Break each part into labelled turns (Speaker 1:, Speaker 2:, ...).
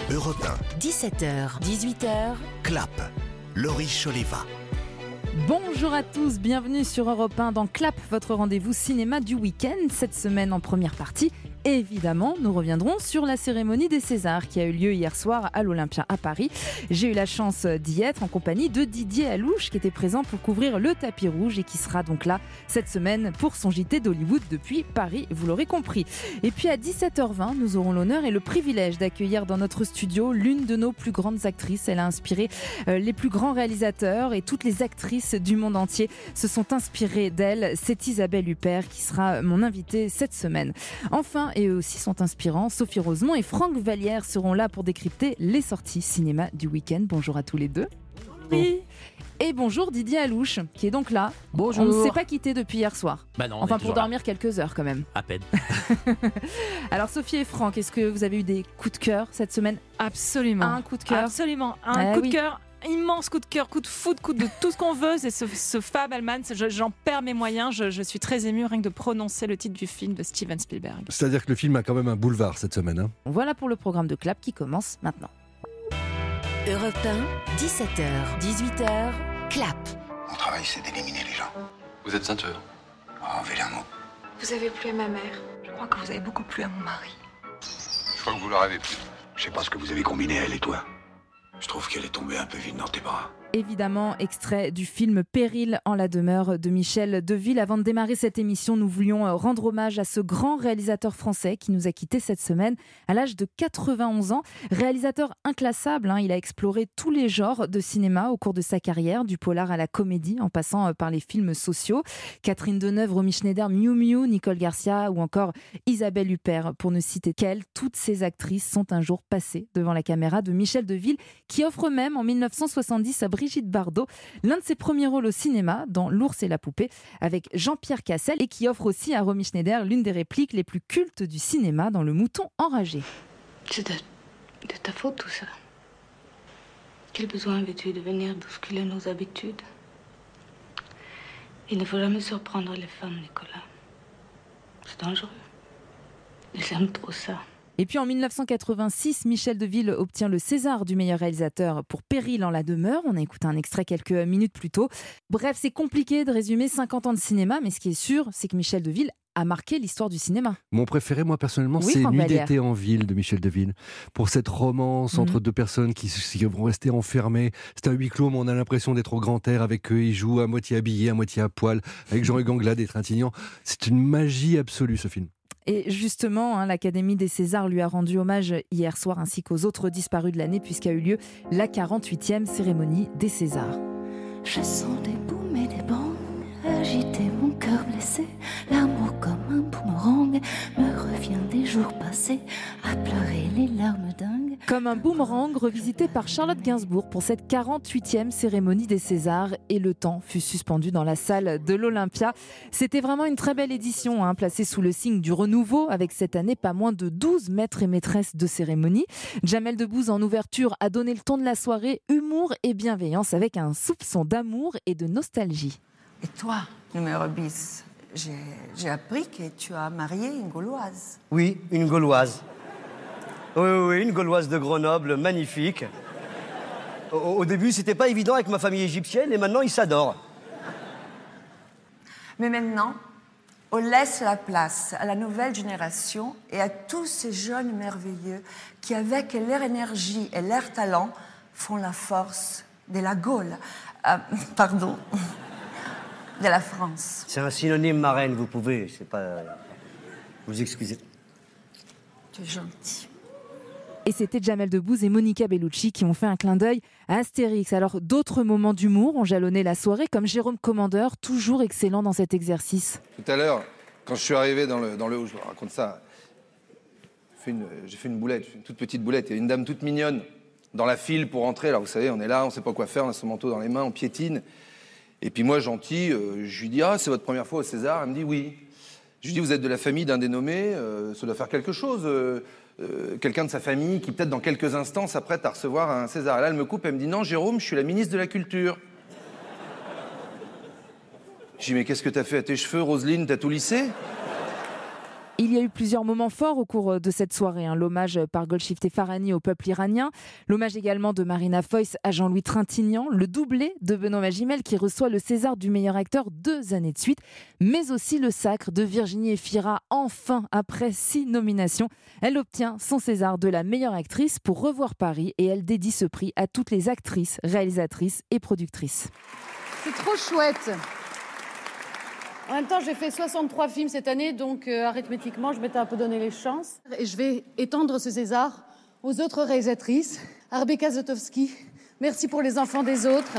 Speaker 1: Europe 1.
Speaker 2: 17h, 18h.
Speaker 1: Clap. Laurie Choleva.
Speaker 3: Bonjour à tous, bienvenue sur Europe 1 dans Clap, votre rendez-vous cinéma du week-end. Cette semaine en première partie, évidemment, nous reviendrons sur la cérémonie des Césars qui a eu lieu hier soir à l'Olympia à Paris. J'ai eu la chance d'y être en compagnie de Didier Alouche qui était présent pour couvrir le tapis rouge et qui sera donc là cette semaine pour son JT d'Hollywood depuis Paris, vous l'aurez compris. Et puis à 17h20, nous aurons l'honneur et le privilège d'accueillir dans notre studio l'une de nos plus grandes actrices. Elle a inspiré les plus grands réalisateurs et toutes les actrices du monde entier se sont inspirées d'elle. C'est Isabelle Huppert qui sera mon invitée cette semaine. Enfin, et eux aussi sont inspirants, Sophie Rosemont et Franck Vallière seront là pour décrypter les sorties cinéma du week-end. Bonjour à tous les deux.
Speaker 2: Oui.
Speaker 3: Et bonjour Didier Alouche, qui est donc là.
Speaker 2: Bonjour.
Speaker 3: On ne s'est pas quitté depuis hier soir.
Speaker 2: Bah non,
Speaker 3: enfin, pour dormir quelques heures quand même.
Speaker 2: À peine.
Speaker 3: Alors Sophie et Franck, est-ce que vous avez eu des coups de cœur cette semaine ?
Speaker 4: Absolument.
Speaker 3: Un coup de cœur.
Speaker 4: Absolument. Un coup de cœur. Immense coup de cœur, coup de foot, coup de tout ce qu'on veut, c'est ce Fabelman. J'en perds mes moyens, je suis très émue rien que de prononcer le titre du film de Steven Spielberg.
Speaker 5: C'est-à-dire que le film a quand même un boulevard cette semaine. Hein.
Speaker 3: Voilà pour le programme de Clap qui commence maintenant.
Speaker 2: Europe 1, 17h, 18h, Clap.
Speaker 6: Mon travail, c'est d'éliminer les gens.
Speaker 7: Vous êtes ceinture.
Speaker 6: Oh, vilain mot.
Speaker 8: Vous avez plu à ma mère.
Speaker 9: Je crois que vous avez beaucoup plu à mon mari.
Speaker 7: Je crois que vous leur avez plu.
Speaker 6: Je sais pas ce que vous avez combiné, elle et toi. Je trouve qu'elle est tombée un peu vite dans tes bras.
Speaker 3: Évidemment, extrait du film Péril en la demeure de Michel Deville. Avant de démarrer cette émission, nous voulions rendre hommage à ce grand réalisateur français qui nous a quittés cette semaine à l'âge de 91 ans. Réalisateur inclassable, il a exploré tous les genres de cinéma au cours de sa carrière, du polar à la comédie, en passant par les films sociaux. Catherine Deneuve, Romy Schneider, Miu Miu, Nicole Garcia ou encore Isabelle Huppert, pour ne citer qu'elle. Toutes ces actrices sont un jour passées devant la caméra de Michel Deville, qui offre même en 1970 à Brigitte Bardot l'un de ses premiers rôles au cinéma dans L'ours et la poupée avec Jean-Pierre Cassel et qui offre aussi à Romy Schneider l'une des répliques les plus cultes du cinéma dans Le mouton enragé.
Speaker 8: C'est de ta faute tout ça. Quel besoin avais-tu de venir bousculer nos habitudes? Il ne faut jamais surprendre les femmes, Nicolas. C'est dangereux. Ils aiment trop ça.
Speaker 3: Et puis en 1986, Michel Deville obtient le César du meilleur réalisateur pour Péril en la demeure. On a écouté un extrait quelques minutes plus tôt. Bref, c'est compliqué de résumer 50 ans de cinéma, mais ce qui est sûr, c'est que Michel Deville a marqué l'histoire du cinéma.
Speaker 5: Mon préféré, moi personnellement,
Speaker 3: oui,
Speaker 5: c'est
Speaker 3: Franck
Speaker 5: Nuit
Speaker 3: Vallière.
Speaker 5: d'été en ville de Michel Deville. Pour cette romance entre deux personnes qui vont rester enfermées. C'est un huis clos, mais on a l'impression d'être au grand air avec eux. Ils jouent à moitié habillés, à moitié à poil, avec Jean-Hugues Anglade et Trintignant. C'est une magie absolue, ce film.
Speaker 3: Et justement, l'Académie des Césars lui a rendu hommage hier soir ainsi qu'aux autres disparus de l'année puisqu'a eu lieu la 48e cérémonie des Césars.
Speaker 10: Je sens des booms et des bangs agiter mon cœur blessé. L'amour comme un boomerang me revient des jours passés à pleurer les larmes dingues.
Speaker 3: Comme un boomerang revisité par Charlotte Gainsbourg pour cette 48e cérémonie des Césars et le temps fut suspendu dans la salle de l'Olympia. C'était vraiment une très belle édition, placée sous le signe du renouveau avec cette année pas moins de 12 maîtres et maîtresses de cérémonie. Jamel Debbouze en ouverture a donné le ton de la soirée, humour et bienveillance avec un soupçon d'amour et de nostalgie.
Speaker 9: Et toi, numéro bis, j'ai appris que tu as marié une Gauloise.
Speaker 11: Oui, une Gauloise. Oui, une Gauloise de Grenoble, magnifique. Au début, c'était pas évident avec ma famille égyptienne et maintenant, ils s'adorent.
Speaker 9: Mais maintenant, on laisse la place à la nouvelle génération et à tous ces jeunes merveilleux qui, avec leur énergie et leur talent, font la force de la Gaule. De la France.
Speaker 11: C'est un synonyme, marraine, vous pouvez, c'est pas... Vous excusez.
Speaker 9: Tu es gentil.
Speaker 3: Et c'était Jamel Debbouze et Monica Bellucci qui ont fait un clin d'œil à Astérix. Alors d'autres moments d'humour ont jalonné la soirée, comme Jérôme Commandeur, toujours excellent dans cet exercice.
Speaker 12: Tout à l'heure, quand je suis arrivé dans le je vous raconte ça, j'ai fait une boulette, une toute petite boulette. Il y a une dame toute mignonne dans la file pour entrer. Alors vous savez, on est là, on sait pas quoi faire, on a son manteau dans les mains, on piétine. Et puis moi, gentil, je lui dis « Ah, c'est votre première fois au César ?» Elle me dit « Oui ». Je lui dis « Vous êtes de la famille d'un dénommé, ça doit faire quelque chose. Quelqu'un de sa famille qui, peut-être dans quelques instants, s'apprête à recevoir un César. » Et là, elle me coupe, elle me dit « Non, Jérôme, je suis la ministre de la Culture. » Je dis « Mais qu'est-ce que t'as fait à tes cheveux, Roselyne? T'as tout lissé ?»
Speaker 3: Il y a eu plusieurs moments forts au cours de cette soirée. L'hommage par Golshifteh Farahani au peuple iranien, l'hommage également de Marina Foïs à Jean-Louis Trintignant, le doublé de Benoît Magimel qui reçoit le César du meilleur acteur 2 années de suite, mais aussi le sacre de Virginie Efira, enfin après 6 nominations. Elle obtient son César de la meilleure actrice pour Revoir Paris et elle dédie ce prix à toutes les actrices, réalisatrices et productrices.
Speaker 13: C'est trop chouette. En même temps, j'ai fait 63 films cette année, donc arithmétiquement, je m'étais un peu donné les chances. Et je vais étendre ce César aux autres réalisatrices. Rebecca Zlotowski, merci pour Les enfants des autres.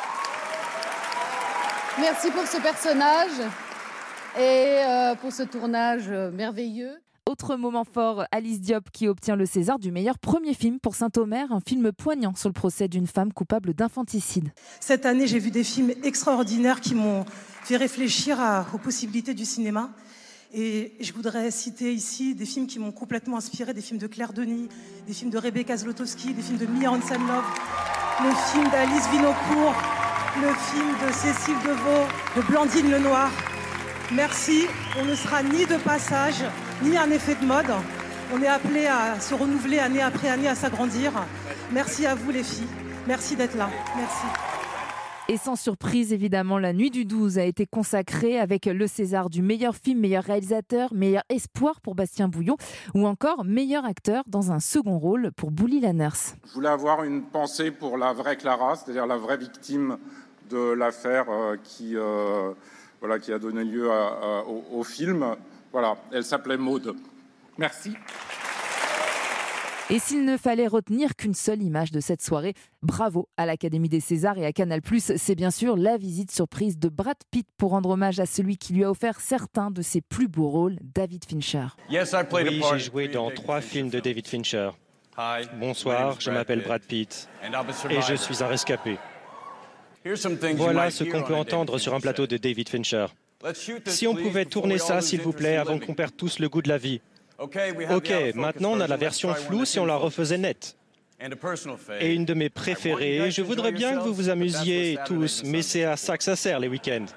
Speaker 13: Merci pour ce personnage et pour ce tournage merveilleux.
Speaker 3: Autre moment fort, Alice Diop qui obtient le César du meilleur premier film pour Saint-Omer, un film poignant sur le procès d'une femme coupable d'infanticide.
Speaker 14: Cette année, j'ai vu des films extraordinaires qui m'ont fait réfléchir aux possibilités du cinéma. Et je voudrais citer ici des films qui m'ont complètement inspiré, des films de Claire Denis, des films de Rebecca Zlotowski, des films de Mia Hansen-Løve, le film d'Alice Vinocourt, le film de Cécile Devaux, de Blandine Lenoir. Merci, on ne sera ni de passage, ni un effet de mode. On est appelé à se renouveler année après année, à s'agrandir. Merci à vous les filles, merci d'être là, merci.
Speaker 3: Et sans surprise, évidemment, la nuit du 12 a été consacrée avec le César du meilleur film, meilleur réalisateur, meilleur espoir pour Bastien Bouillon ou encore meilleur acteur dans un second rôle pour Bouli Lanners.
Speaker 15: Je voulais avoir une pensée pour la vraie Clara, c'est-à-dire la vraie victime de l'affaire qui a donné lieu au film. Voilà, elle s'appelait Maude. Merci.
Speaker 3: Et s'il ne fallait retenir qu'une seule image de cette soirée, bravo à l'Académie des Césars et à Canal+, c'est bien sûr la visite surprise de Brad Pitt pour rendre hommage à celui qui lui a offert certains de ses plus beaux rôles, David Fincher.
Speaker 16: Oui, j'ai joué dans 3 films de David Fincher. Bonsoir, je m'appelle Brad Pitt et je suis un rescapé. Voilà ce qu'on peut entendre sur un plateau de David Fincher. Si on pouvait tourner ça, s'il vous plaît, avant qu'on perde tous le goût de la vie. Ok, maintenant on a la version floue si on la refaisait nette. Et une de mes préférées, je voudrais bien que vous vous amusiez tous, mais c'est à ça que ça sert les week-ends.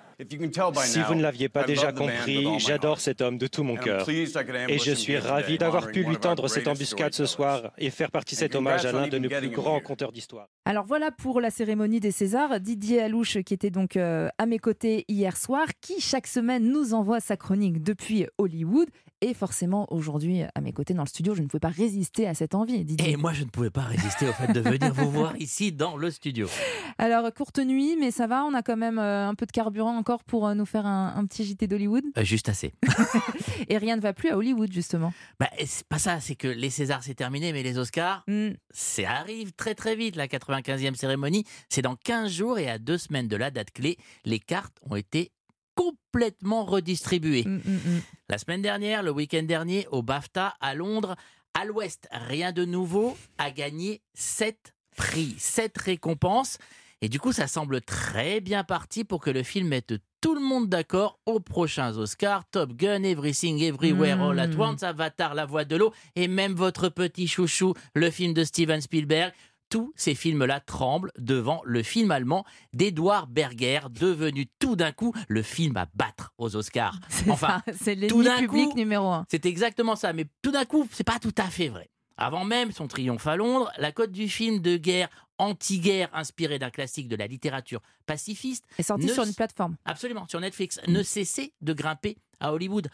Speaker 16: Si vous ne l'aviez pas déjà compris, j'adore cet homme de tout mon cœur. Et je suis ravi d'avoir pu lui tendre cette embuscade ce soir et faire partie de cet hommage à l'un de nos plus grands conteurs d'histoire.
Speaker 3: Alors voilà pour la cérémonie des Césars. Didier Alouche qui était donc à mes côtés hier soir, qui chaque semaine nous envoie sa chronique depuis Hollywood. Et forcément, aujourd'hui, à mes côtés dans le studio, je ne pouvais pas résister à cette envie, Didier.
Speaker 17: Et moi, je ne pouvais pas résister au fait de venir vous voir ici dans le studio.
Speaker 3: Alors, courte nuit, mais ça va, on a quand même un peu de carburant encore pour nous faire un petit JT d'Hollywood.
Speaker 17: Juste assez.
Speaker 3: Et rien ne va plus à Hollywood, justement.
Speaker 17: C'est pas ça, c'est que les Césars, c'est terminé, mais les Oscars, ça arrive très très vite. La 95e cérémonie, c'est dans 15 jours et à 2 semaines de la date clé, les cartes ont été complètement redistribuées. La semaine dernière, le week-end dernier, au BAFTA à Londres, Al West, rien de nouveau, a gagné 7 prix, 7 récompenses. Et du coup, ça semble très bien parti pour que le film mette tout le monde d'accord aux prochains Oscars. Top Gun, Everything, Everywhere, All at Once, Avatar, La Voix de l'eau et même votre petit chouchou, le film de Steven Spielberg. Tous ces films-là tremblent devant le film allemand d'Edouard Berger, devenu tout d'un coup le film à battre aux Oscars.
Speaker 3: C'est l'ennemi public numéro 1.
Speaker 17: C'est exactement ça, mais tout d'un coup, c'est pas tout à fait vrai. Avant même son triomphe à Londres, la cote du film de guerre anti-guerre inspiré d'un classique de la littérature pacifiste
Speaker 3: est sorti sur une plateforme.
Speaker 17: Absolument, sur Netflix, ne cessait de grimper à Hollywood.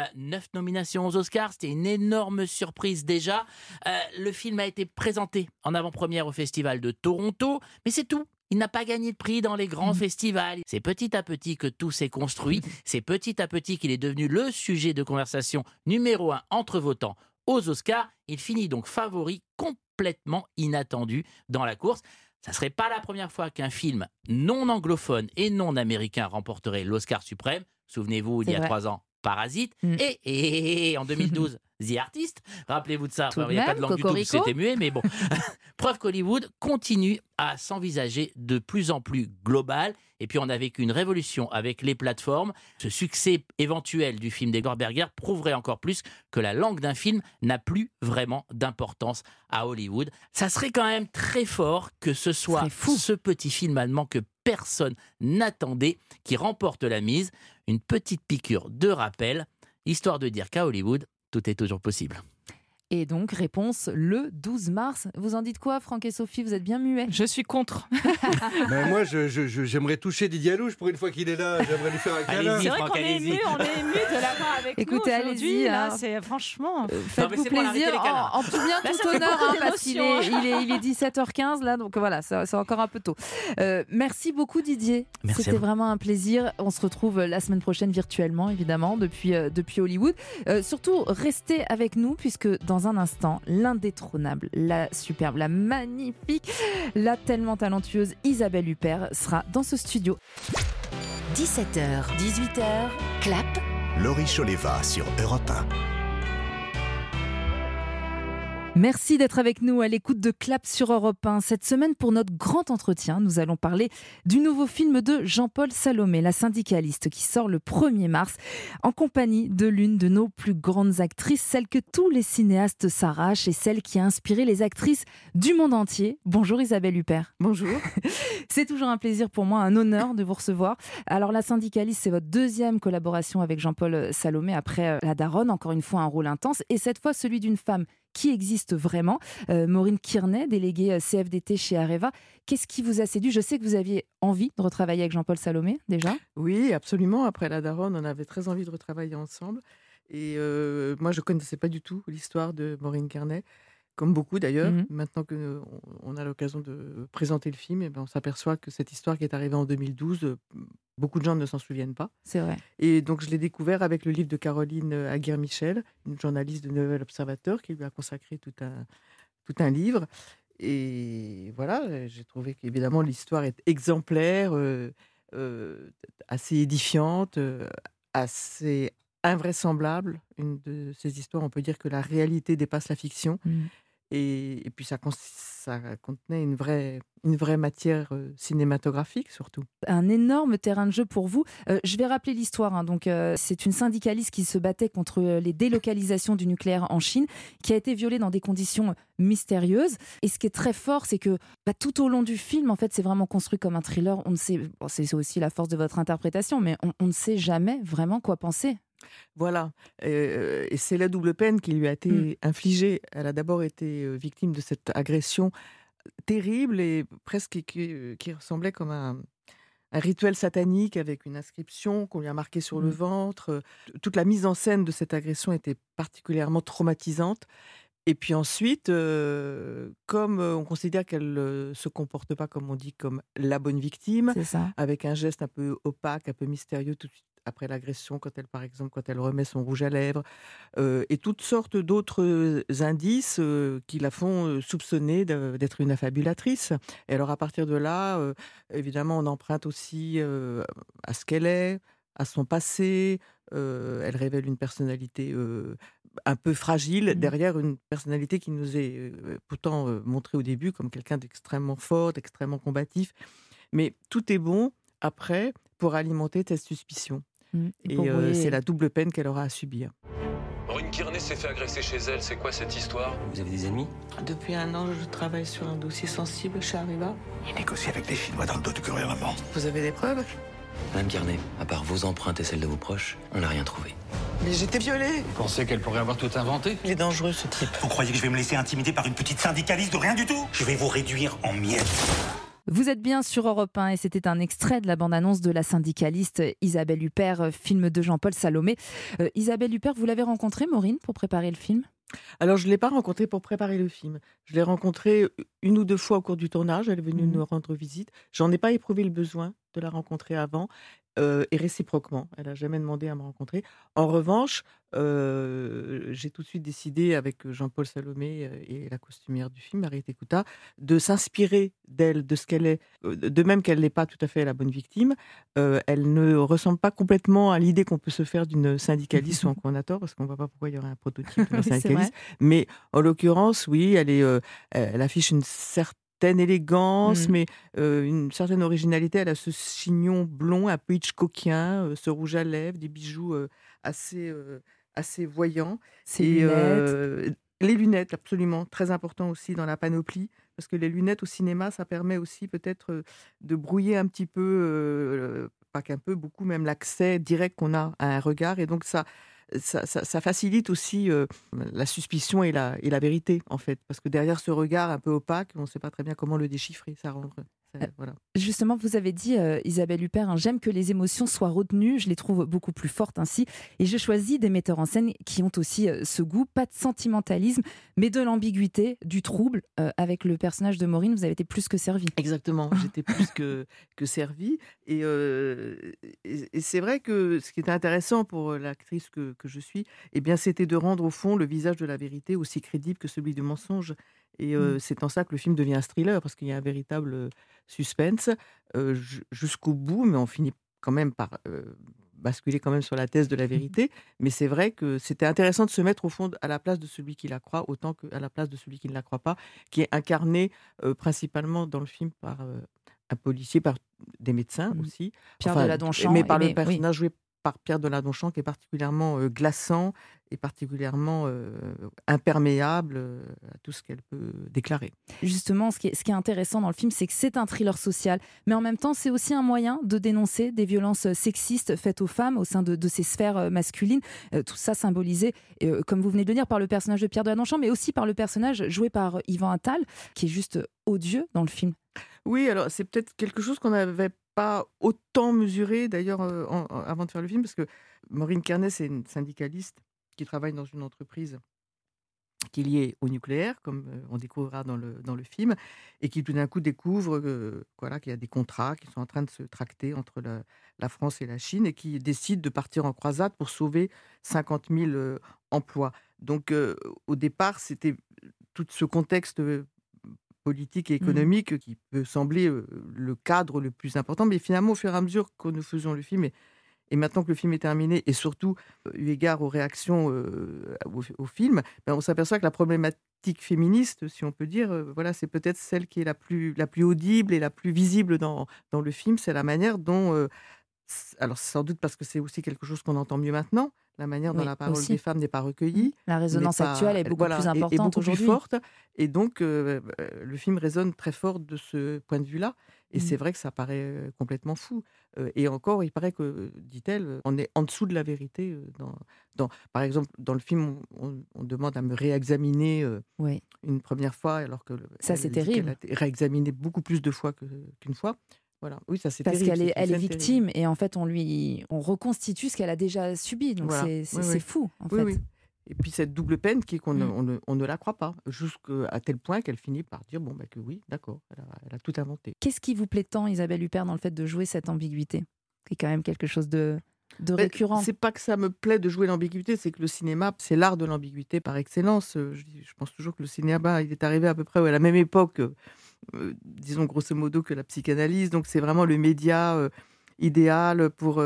Speaker 17: 9 nominations aux Oscars, c'était une énorme surprise déjà. Le film a été présenté en avant-première au Festival de Toronto, mais c'est tout. Il n'a pas gagné de prix dans les grands festivals. C'est petit à petit que tout s'est construit. C'est petit à petit qu'il est devenu le sujet de conversation numéro 1 entre votants aux Oscars. Il finit donc favori complètement inattendu dans la course. Ça ne serait pas la première fois qu'un film non anglophone et non américain remporterait l'Oscar suprême. Souvenez-vous, il y a 3 ans, Parasite. Et en 2012, The Artist. Rappelez-vous de ça. Il n'y a pas de langue du tout, c'était muet, mais bon. Preuve qu'Hollywood continue à s'envisager de plus en plus global. Et puis on a vécu une révolution avec les plateformes. Ce succès éventuel du film d'Edouard Berger prouverait encore plus que la langue d'un film n'a plus vraiment d'importance à Hollywood. Ça serait quand même très fort que ce soit ce petit film allemand que personne n'attendait qui remporte la mise. Une petite piqûre de rappel. histoire de dire qu'à Hollywood, tout est toujours possible.
Speaker 3: Et donc, réponse le 12 mars. Vous en dites quoi, Franck et Sophie? Vous êtes bien muets.
Speaker 4: Je suis contre.
Speaker 5: Ben moi, j'aimerais toucher Didier Alouche pour une fois qu'il est là. J'aimerais lui faire un câlin.
Speaker 4: C'est vrai qu'on est ému de l'avoir avec
Speaker 3: Écoutez,
Speaker 4: nous aujourd'hui.
Speaker 3: allez-y,
Speaker 4: Là,
Speaker 3: hein.
Speaker 4: c'est franchement.
Speaker 3: Faites-vous plaisir en tout bien,
Speaker 4: Là,
Speaker 3: tout
Speaker 4: ça fait
Speaker 3: honneur,
Speaker 4: beaucoup
Speaker 3: parce qu'il
Speaker 4: d'émotions,
Speaker 3: il est 17h15 là, donc voilà, c'est encore un peu tôt. Merci beaucoup Didier.
Speaker 17: Merci à
Speaker 3: C'était
Speaker 17: vous.
Speaker 3: vraiment un plaisir. On se retrouve la semaine prochaine virtuellement, évidemment, depuis Hollywood. Surtout, restez avec nous puisque dans un instant, l'indétrônable, la superbe, la magnifique, la tellement talentueuse Isabelle Huppert sera dans ce studio.
Speaker 2: 17h, 18h, Clap.
Speaker 1: Laurie Choleva sur Europe 1.
Speaker 3: Merci d'être avec nous à l'écoute de Clap sur Europe 1. Cette semaine, pour notre grand entretien, nous allons parler du nouveau film de Jean-Paul Salomé, la syndicaliste, qui sort le 1er mars en compagnie de l'une de nos plus grandes actrices, celle que tous les cinéastes s'arrachent et celle qui a inspiré les actrices du monde entier. Bonjour Isabelle Huppert.
Speaker 18: Bonjour.
Speaker 3: C'est toujours un plaisir pour moi, un honneur de vous recevoir. Alors la syndicaliste, c'est votre deuxième collaboration avec Jean-Paul Salomé après La Daronne, encore une fois un rôle intense, et cette fois celui d'une femme qui existe vraiment. Maureen Kearney, déléguée CFDT chez Areva. Qu'est-ce qui vous a séduit? Je sais que vous aviez envie de retravailler avec Jean-Paul Salomé, déjà.
Speaker 18: Oui, absolument. Après La Daronne, on avait très envie de retravailler ensemble. Et moi, je ne connaissais pas du tout l'histoire de Maureen Kearney, comme beaucoup d'ailleurs. Maintenant qu'on a l'occasion de présenter le film, on s'aperçoit que cette histoire qui est arrivée en 2012, beaucoup de gens ne s'en souviennent pas.
Speaker 3: C'est vrai.
Speaker 18: Et donc, je l'ai découvert avec le livre de Caroline Aguirre-Michel, une journaliste de Nouvel Observateur, qui lui a consacré tout un livre. Et voilà, j'ai trouvé qu'évidemment, l'histoire est exemplaire, assez édifiante, assez invraisemblable. Une de ces histoires, on peut dire que la réalité dépasse la fiction. Et puis ça contenait une vraie matière cinématographique surtout.
Speaker 3: Un énorme terrain de jeu pour vous. Je vais rappeler l'histoire. Hein. Donc, c'est une syndicaliste qui se battait contre les délocalisations du nucléaire en Chine, qui a été violée dans des conditions mystérieuses. Et ce qui est très fort, c'est que tout au long du film, en fait, c'est vraiment construit comme un thriller. On ne sait, c'est aussi la force de votre interprétation, mais on ne sait jamais vraiment quoi penser.
Speaker 18: Voilà, et c'est la double peine qui lui a été infligée. Elle a d'abord été victime de cette agression terrible et presque qui ressemblait comme un rituel satanique avec une inscription qu'on lui a marquée sur le ventre. Toute la mise en scène de cette agression était particulièrement traumatisante. Et puis ensuite, comme on considère qu'elle ne se comporte pas, comme on dit, comme la bonne victime, avec un geste un peu opaque, un peu mystérieux tout de suite après l'agression, quand elle remet son rouge à lèvres, et toutes sortes d'autres indices qui la font soupçonner d'être une affabulatrice. Et alors à partir de là, évidemment, on emprunte aussi à ce qu'elle est, à son passé. Elle révèle une personnalité un peu fragile derrière une personnalité qui nous est pourtant montrée au début comme quelqu'un d'extrêmement fort, d'extrêmement combatif. Mais tout est bon après pour alimenter cette suspicion. Et c'est la double peine qu'elle aura à subir.
Speaker 19: Maureen Kearney s'est fait agresser chez elle. C'est quoi cette histoire? Vous avez des ennemis?
Speaker 20: Depuis 1 an, je travaille sur un dossier sensible chez Areva.
Speaker 6: Il négocie avec des Chinois dans le dos du gouvernement.
Speaker 20: Vous avez des preuves?
Speaker 19: Madame Kearney, à part vos empreintes et celles de vos proches, on n'a rien trouvé.
Speaker 20: Mais j'étais violée.
Speaker 19: Vous pensez qu'elle pourrait avoir tout inventé?
Speaker 20: Il est dangereux, ce type.
Speaker 6: Vous croyez que je vais me laisser intimider par une petite syndicaliste de rien du tout? Je vais vous réduire en miettes.
Speaker 3: Vous êtes bien sur Europe 1 et c'était un extrait de la bande-annonce de la syndicaliste Isabelle Huppert, film de Jean-Paul Salomé. Isabelle Huppert, vous l'avez rencontrée, Maureen, pour préparer le film?
Speaker 18: Alors, je ne l'ai pas rencontrée pour préparer le film. Je l'ai rencontrée 1 ou 2 fois au cours du tournage. Elle est venue nous rendre visite. J'en ai pas éprouvé le besoin de la rencontrer avant. Et réciproquement, elle n'a jamais demandé à me rencontrer. En revanche, j'ai tout de suite décidé avec Jean-Paul Salomé et la costumière du film, Mariette Écouta, de s'inspirer d'elle, de ce qu'elle est. De même qu'elle n'est pas tout à fait la bonne victime, elle ne ressemble pas complètement à l'idée qu'on peut se faire d'une syndicaliste ou en coordinateur, parce qu'on ne voit pas pourquoi il y aurait un prototype de la syndicaliste. Mais en l'occurrence, oui, elle affiche une certaine élégance, mais une certaine originalité. Elle a ce chignon blond, un peu hitchcockien, ce rouge à lèvres, des bijoux assez voyants. Les lunettes, absolument, très important aussi dans la panoplie, parce que les lunettes au cinéma, ça permet aussi peut-être de brouiller un petit peu, pas qu'un peu, beaucoup même, l'accès direct qu'on a à un regard. Et donc ça ça facilite aussi la suspicion et la vérité, en fait. Parce que derrière ce regard un peu opaque, on ne sait pas très bien comment le déchiffrer. Voilà.
Speaker 3: Justement, vous avez dit, Isabelle Huppert, j'aime que les émotions soient retenues, je les trouve beaucoup plus fortes ainsi. Et je choisis des metteurs en scène qui ont aussi ce goût, pas de sentimentalisme, mais de l'ambiguïté, du trouble. Avec le personnage de Maureen, vous avez été plus que servi.
Speaker 18: Exactement, j'étais plus que servi. Et c'est vrai que ce qui était intéressant pour l'actrice que je suis, eh bien, c'était de rendre au fond le visage de la vérité aussi crédible que celui du mensonge. Et c'est en ça que le film devient un thriller, parce qu'il y a un véritable suspense jusqu'au bout, mais on finit quand même par basculer quand même sur la thèse de la vérité. Mais c'est vrai que c'était intéressant de se mettre au fond à la place de celui qui la croit, autant qu'à la place de celui qui ne la croit pas, qui est incarné principalement dans le film par un policier, par des médecins aussi.
Speaker 3: Pierre Deladonchamp.
Speaker 18: Mais par le personnage joué par Pierre Deladonchamp, qui est particulièrement glaçant et particulièrement imperméable à tout ce qu'elle peut déclarer.
Speaker 3: Justement, ce qui est intéressant dans le film, c'est que c'est un thriller social, mais en même temps, c'est aussi un moyen de dénoncer des violences sexistes faites aux femmes au sein de ces sphères masculines. Tout ça symbolisé, comme vous venez de le dire, par le personnage de Pierre Deladonchamp, mais aussi par le personnage joué par Yvan Attal, qui est juste odieux dans le film.
Speaker 18: Oui, alors c'est peut-être quelque chose qu'on n'avait pas autant mesuré d'ailleurs avant de faire le film, parce que Maureen Kearney, c'est une syndicaliste qui travaille dans une entreprise qui est liée au nucléaire, comme on découvrira dans le film, et qui tout d'un coup découvre qu'il y a des contrats qui sont en train de se tracter entre la France et la Chine, et qui décide de partir en croisade pour sauver 50 000 emplois. Donc au départ, c'était tout ce contexte politique et économique qui peut sembler le cadre le plus important, mais finalement, au fur et à mesure que nous faisons le film, et maintenant que le film est terminé, et surtout eu égard aux réactions au film, on s'aperçoit que la problématique féministe, si on peut dire, c'est peut-être celle qui est la plus audible et la plus visible dans le film. C'est la manière dont, alors c'est sans doute parce que c'est aussi quelque chose qu'on entend mieux maintenant, la manière dont la parole des femmes n'est pas recueillie.
Speaker 3: La résonance actuelle est beaucoup plus importante
Speaker 18: et beaucoup
Speaker 3: aujourd'hui.
Speaker 18: plus forte. Et donc, le film résonne très fort de ce point de vue-là. Et c'est vrai que ça paraît complètement fou. Et encore, il paraît que, dit-elle, on est en dessous de la vérité. Par exemple, dans le film, on demande à me réexaminer une première fois, alors que
Speaker 3: ça, c'est terrible.
Speaker 18: Elle a été réexaminée beaucoup plus de fois qu'une fois. Voilà. Oui, ça c'est
Speaker 3: parce
Speaker 18: terrible.
Speaker 3: Parce qu'elle est victime, et en fait on reconstitue ce qu'elle a déjà subi, donc
Speaker 18: voilà.
Speaker 3: c'est fou en fait.
Speaker 18: Oui. Et puis cette double peine qui est qu'on ne la croit pas, jusqu'à tel point qu'elle finit par dire que oui, d'accord, elle a tout inventé.
Speaker 3: Qu'est-ce qui vous plaît tant, Isabelle Huppert, dans le fait de jouer cette ambiguïté, qui est quand même quelque chose de récurrent?
Speaker 18: C'est pas que ça me plaît de jouer l'ambiguïté, c'est que le cinéma, c'est l'art de l'ambiguïté par excellence. Je pense toujours que le cinéma, il est arrivé à peu près à la même époque, disons grosso modo, que la psychanalyse. Donc c'est vraiment le média idéal pour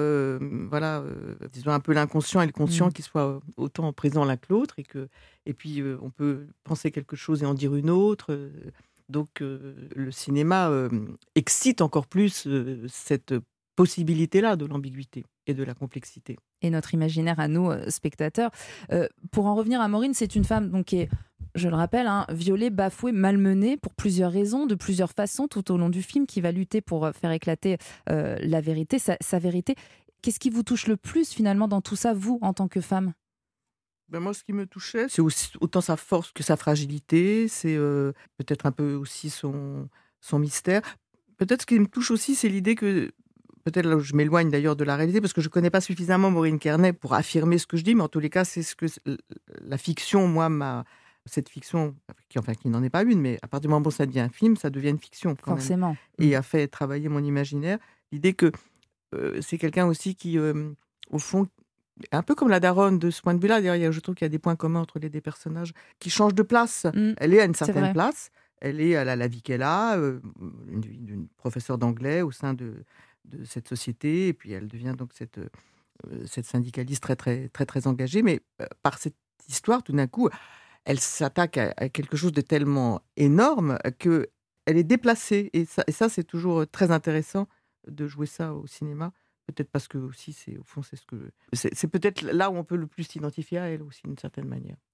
Speaker 18: disons un peu l'inconscient et le conscient qui soient autant présents l'un que l'autre, et puis on peut penser quelque chose et en dire une autre. Donc le cinéma excite encore plus cette possibilité-là de l'ambiguïté et de la complexité.
Speaker 3: Et notre imaginaire à nous, spectateurs. Pour en revenir à Maureen, c'est une femme donc, qui est, je le rappelle, violée, bafouée, malmenée pour plusieurs raisons, de plusieurs façons tout au long du film, qui va lutter pour faire éclater la vérité, sa vérité. Qu'est-ce qui vous touche le plus finalement dans tout ça, vous, en tant que femme ?
Speaker 18: Moi, ce qui me touchait, c'est aussi autant sa force que sa fragilité, c'est peut-être un peu aussi son mystère. Peut-être ce qui me touche aussi, c'est l'idée que, peut-être là où je m'éloigne d'ailleurs de la réalité, parce que je ne connais pas suffisamment Maureen Kearney pour affirmer ce que je dis, mais en tous les cas, c'est ce que la fiction, cette fiction, qui n'en est pas une, mais à partir du moment où ça devient un film, ça devient une fiction quand
Speaker 3: forcément.
Speaker 18: Même. Et a fait travailler mon imaginaire. L'idée que c'est quelqu'un aussi qui, au fond, un peu comme la daronne de ce point de vue-là, d'ailleurs, je trouve qu'il y a des points communs entre les deux personnages, qui changent de place. Elle est à une certaine place, elle est à la vie qu'elle a, une professeure d'anglais au sein de cette société, et puis elle devient donc cette syndicaliste très, très, très, très engagée, mais par cette histoire, tout d'un coup, elle s'attaque à quelque chose de tellement énorme qu'elle est déplacée, et ça, c'est toujours très intéressant de jouer ça au cinéma, peut-être parce que aussi, au fond, c'est peut-être là où on peut le plus s'identifier à elle aussi, d'une certaine manière.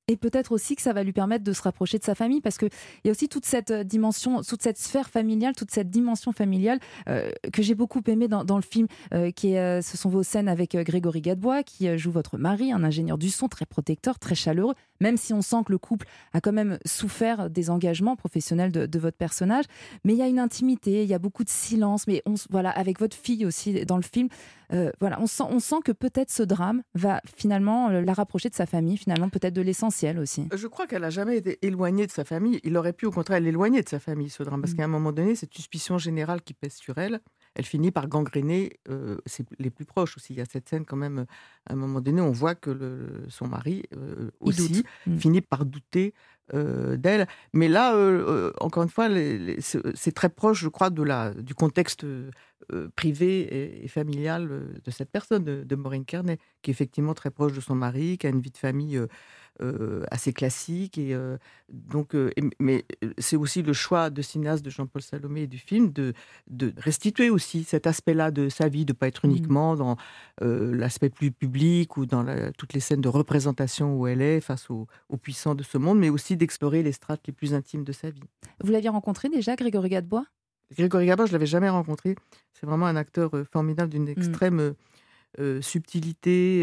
Speaker 3: Et peut-être aussi que ça va lui permettre de se rapprocher de sa famille, parce qu'il y a aussi toute cette dimension, toute cette sphère familiale, toute cette dimension familiale que j'ai beaucoup aimée dans le film, ce sont vos scènes avec Grégory Gadebois, qui joue votre mari, un ingénieur du son très protecteur, très chaleureux, même si on sent que le couple a quand même souffert des engagements professionnels de votre personnage. Mais il y a une intimité, il y a beaucoup de silence, mais voilà, avec votre fille aussi dans le film, voilà, on sent que peut-être ce drame va finalement la rapprocher de sa famille, finalement peut-être de l'essentiel aussi.
Speaker 18: Je crois qu'elle n'a jamais été éloignée de sa famille. Il aurait pu au contraire l'éloigner de sa famille, ce drame, parce qu'à un moment donné, cette suspicion générale qui pèse sur elle, elle finit par gangréner les plus proches aussi. Il y a cette scène quand même, à un moment donné, on voit que son mari aussi finit par douter d'elle. Mais là, encore une fois, c'est très proche, je crois, du contexte privé et familial de cette personne, de Maureen Kearney, qui est effectivement très proche de son mari, qui a une vie de famille assez classique. Mais c'est aussi le choix de cinéaste de Jean-Paul Salomé et du film de restituer aussi cet aspect-là de sa vie, de ne pas être uniquement dans l'aspect plus public ou dans toutes les scènes de représentation où elle est face aux puissants de ce monde, mais aussi d'explorer les strates les plus intimes de sa vie.
Speaker 3: Vous l'aviez rencontré déjà, Grégory Gadebois ?
Speaker 18: Grégory Gadebois, je ne l'avais jamais rencontré. C'est vraiment un acteur formidable, d'une extrême subtilité.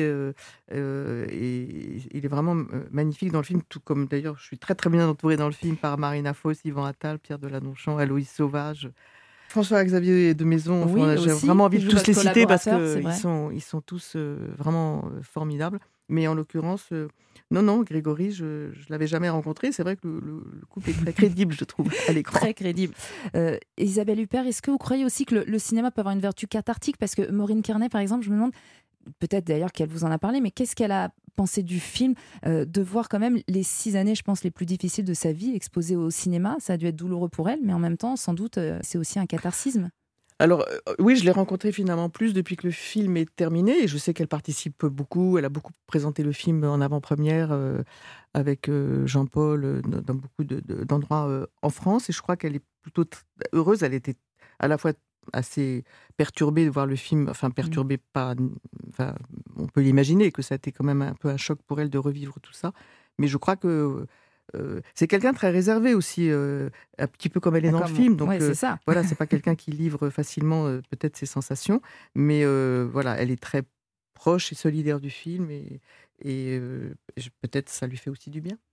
Speaker 18: Et il est vraiment magnifique dans le film, tout comme d'ailleurs, je suis très très bien entourée dans le film par Marina Foïs, Yvan Attal, Pierre Deladonchamp, Aloïse Sauvage, François-Xavier de Maison. J'ai vraiment envie de tous les citer parce qu'ils sont tous vraiment formidables. Mais en l'occurrence, non, Grégory, je ne l'avais jamais rencontré. C'est vrai que le couple est très crédible, je trouve, à l'écran.
Speaker 3: Très crédible. Isabelle Huppert, est-ce que vous croyez aussi que le cinéma peut avoir une vertu cathartique ? Parce que Maureen Kearney, par exemple, je me demande, peut-être d'ailleurs qu'elle vous en a parlé, mais qu'est-ce qu'elle a pensé du film, de voir quand même les 6 années, je pense, les plus difficiles de sa vie exposées au cinéma. Ça a dû être douloureux pour elle, mais en même temps, sans doute, c'est aussi un catharsisme.
Speaker 18: Alors, oui, je l'ai rencontrée finalement plus depuis que le film est terminé. Et je sais qu'elle participe beaucoup. Elle a beaucoup présenté le film en avant-première avec Jean-Paul dans beaucoup d'endroits en France. Et je crois qu'elle est plutôt heureuse. Elle était à la fois assez perturbée de voir le film. Enfin, perturbée pas... Enfin, on peut l'imaginer que ça a été quand même un peu un choc pour elle de revivre tout ça. Mais je crois que... c'est quelqu'un de très réservé aussi, un petit peu comme elle est dans le film. Donc,
Speaker 3: c'est ça.
Speaker 18: Voilà, c'est pas quelqu'un qui livre facilement peut-être ses sensations, mais voilà, elle est très proche et solidaire du film et peut-être ça lui fait aussi du bien.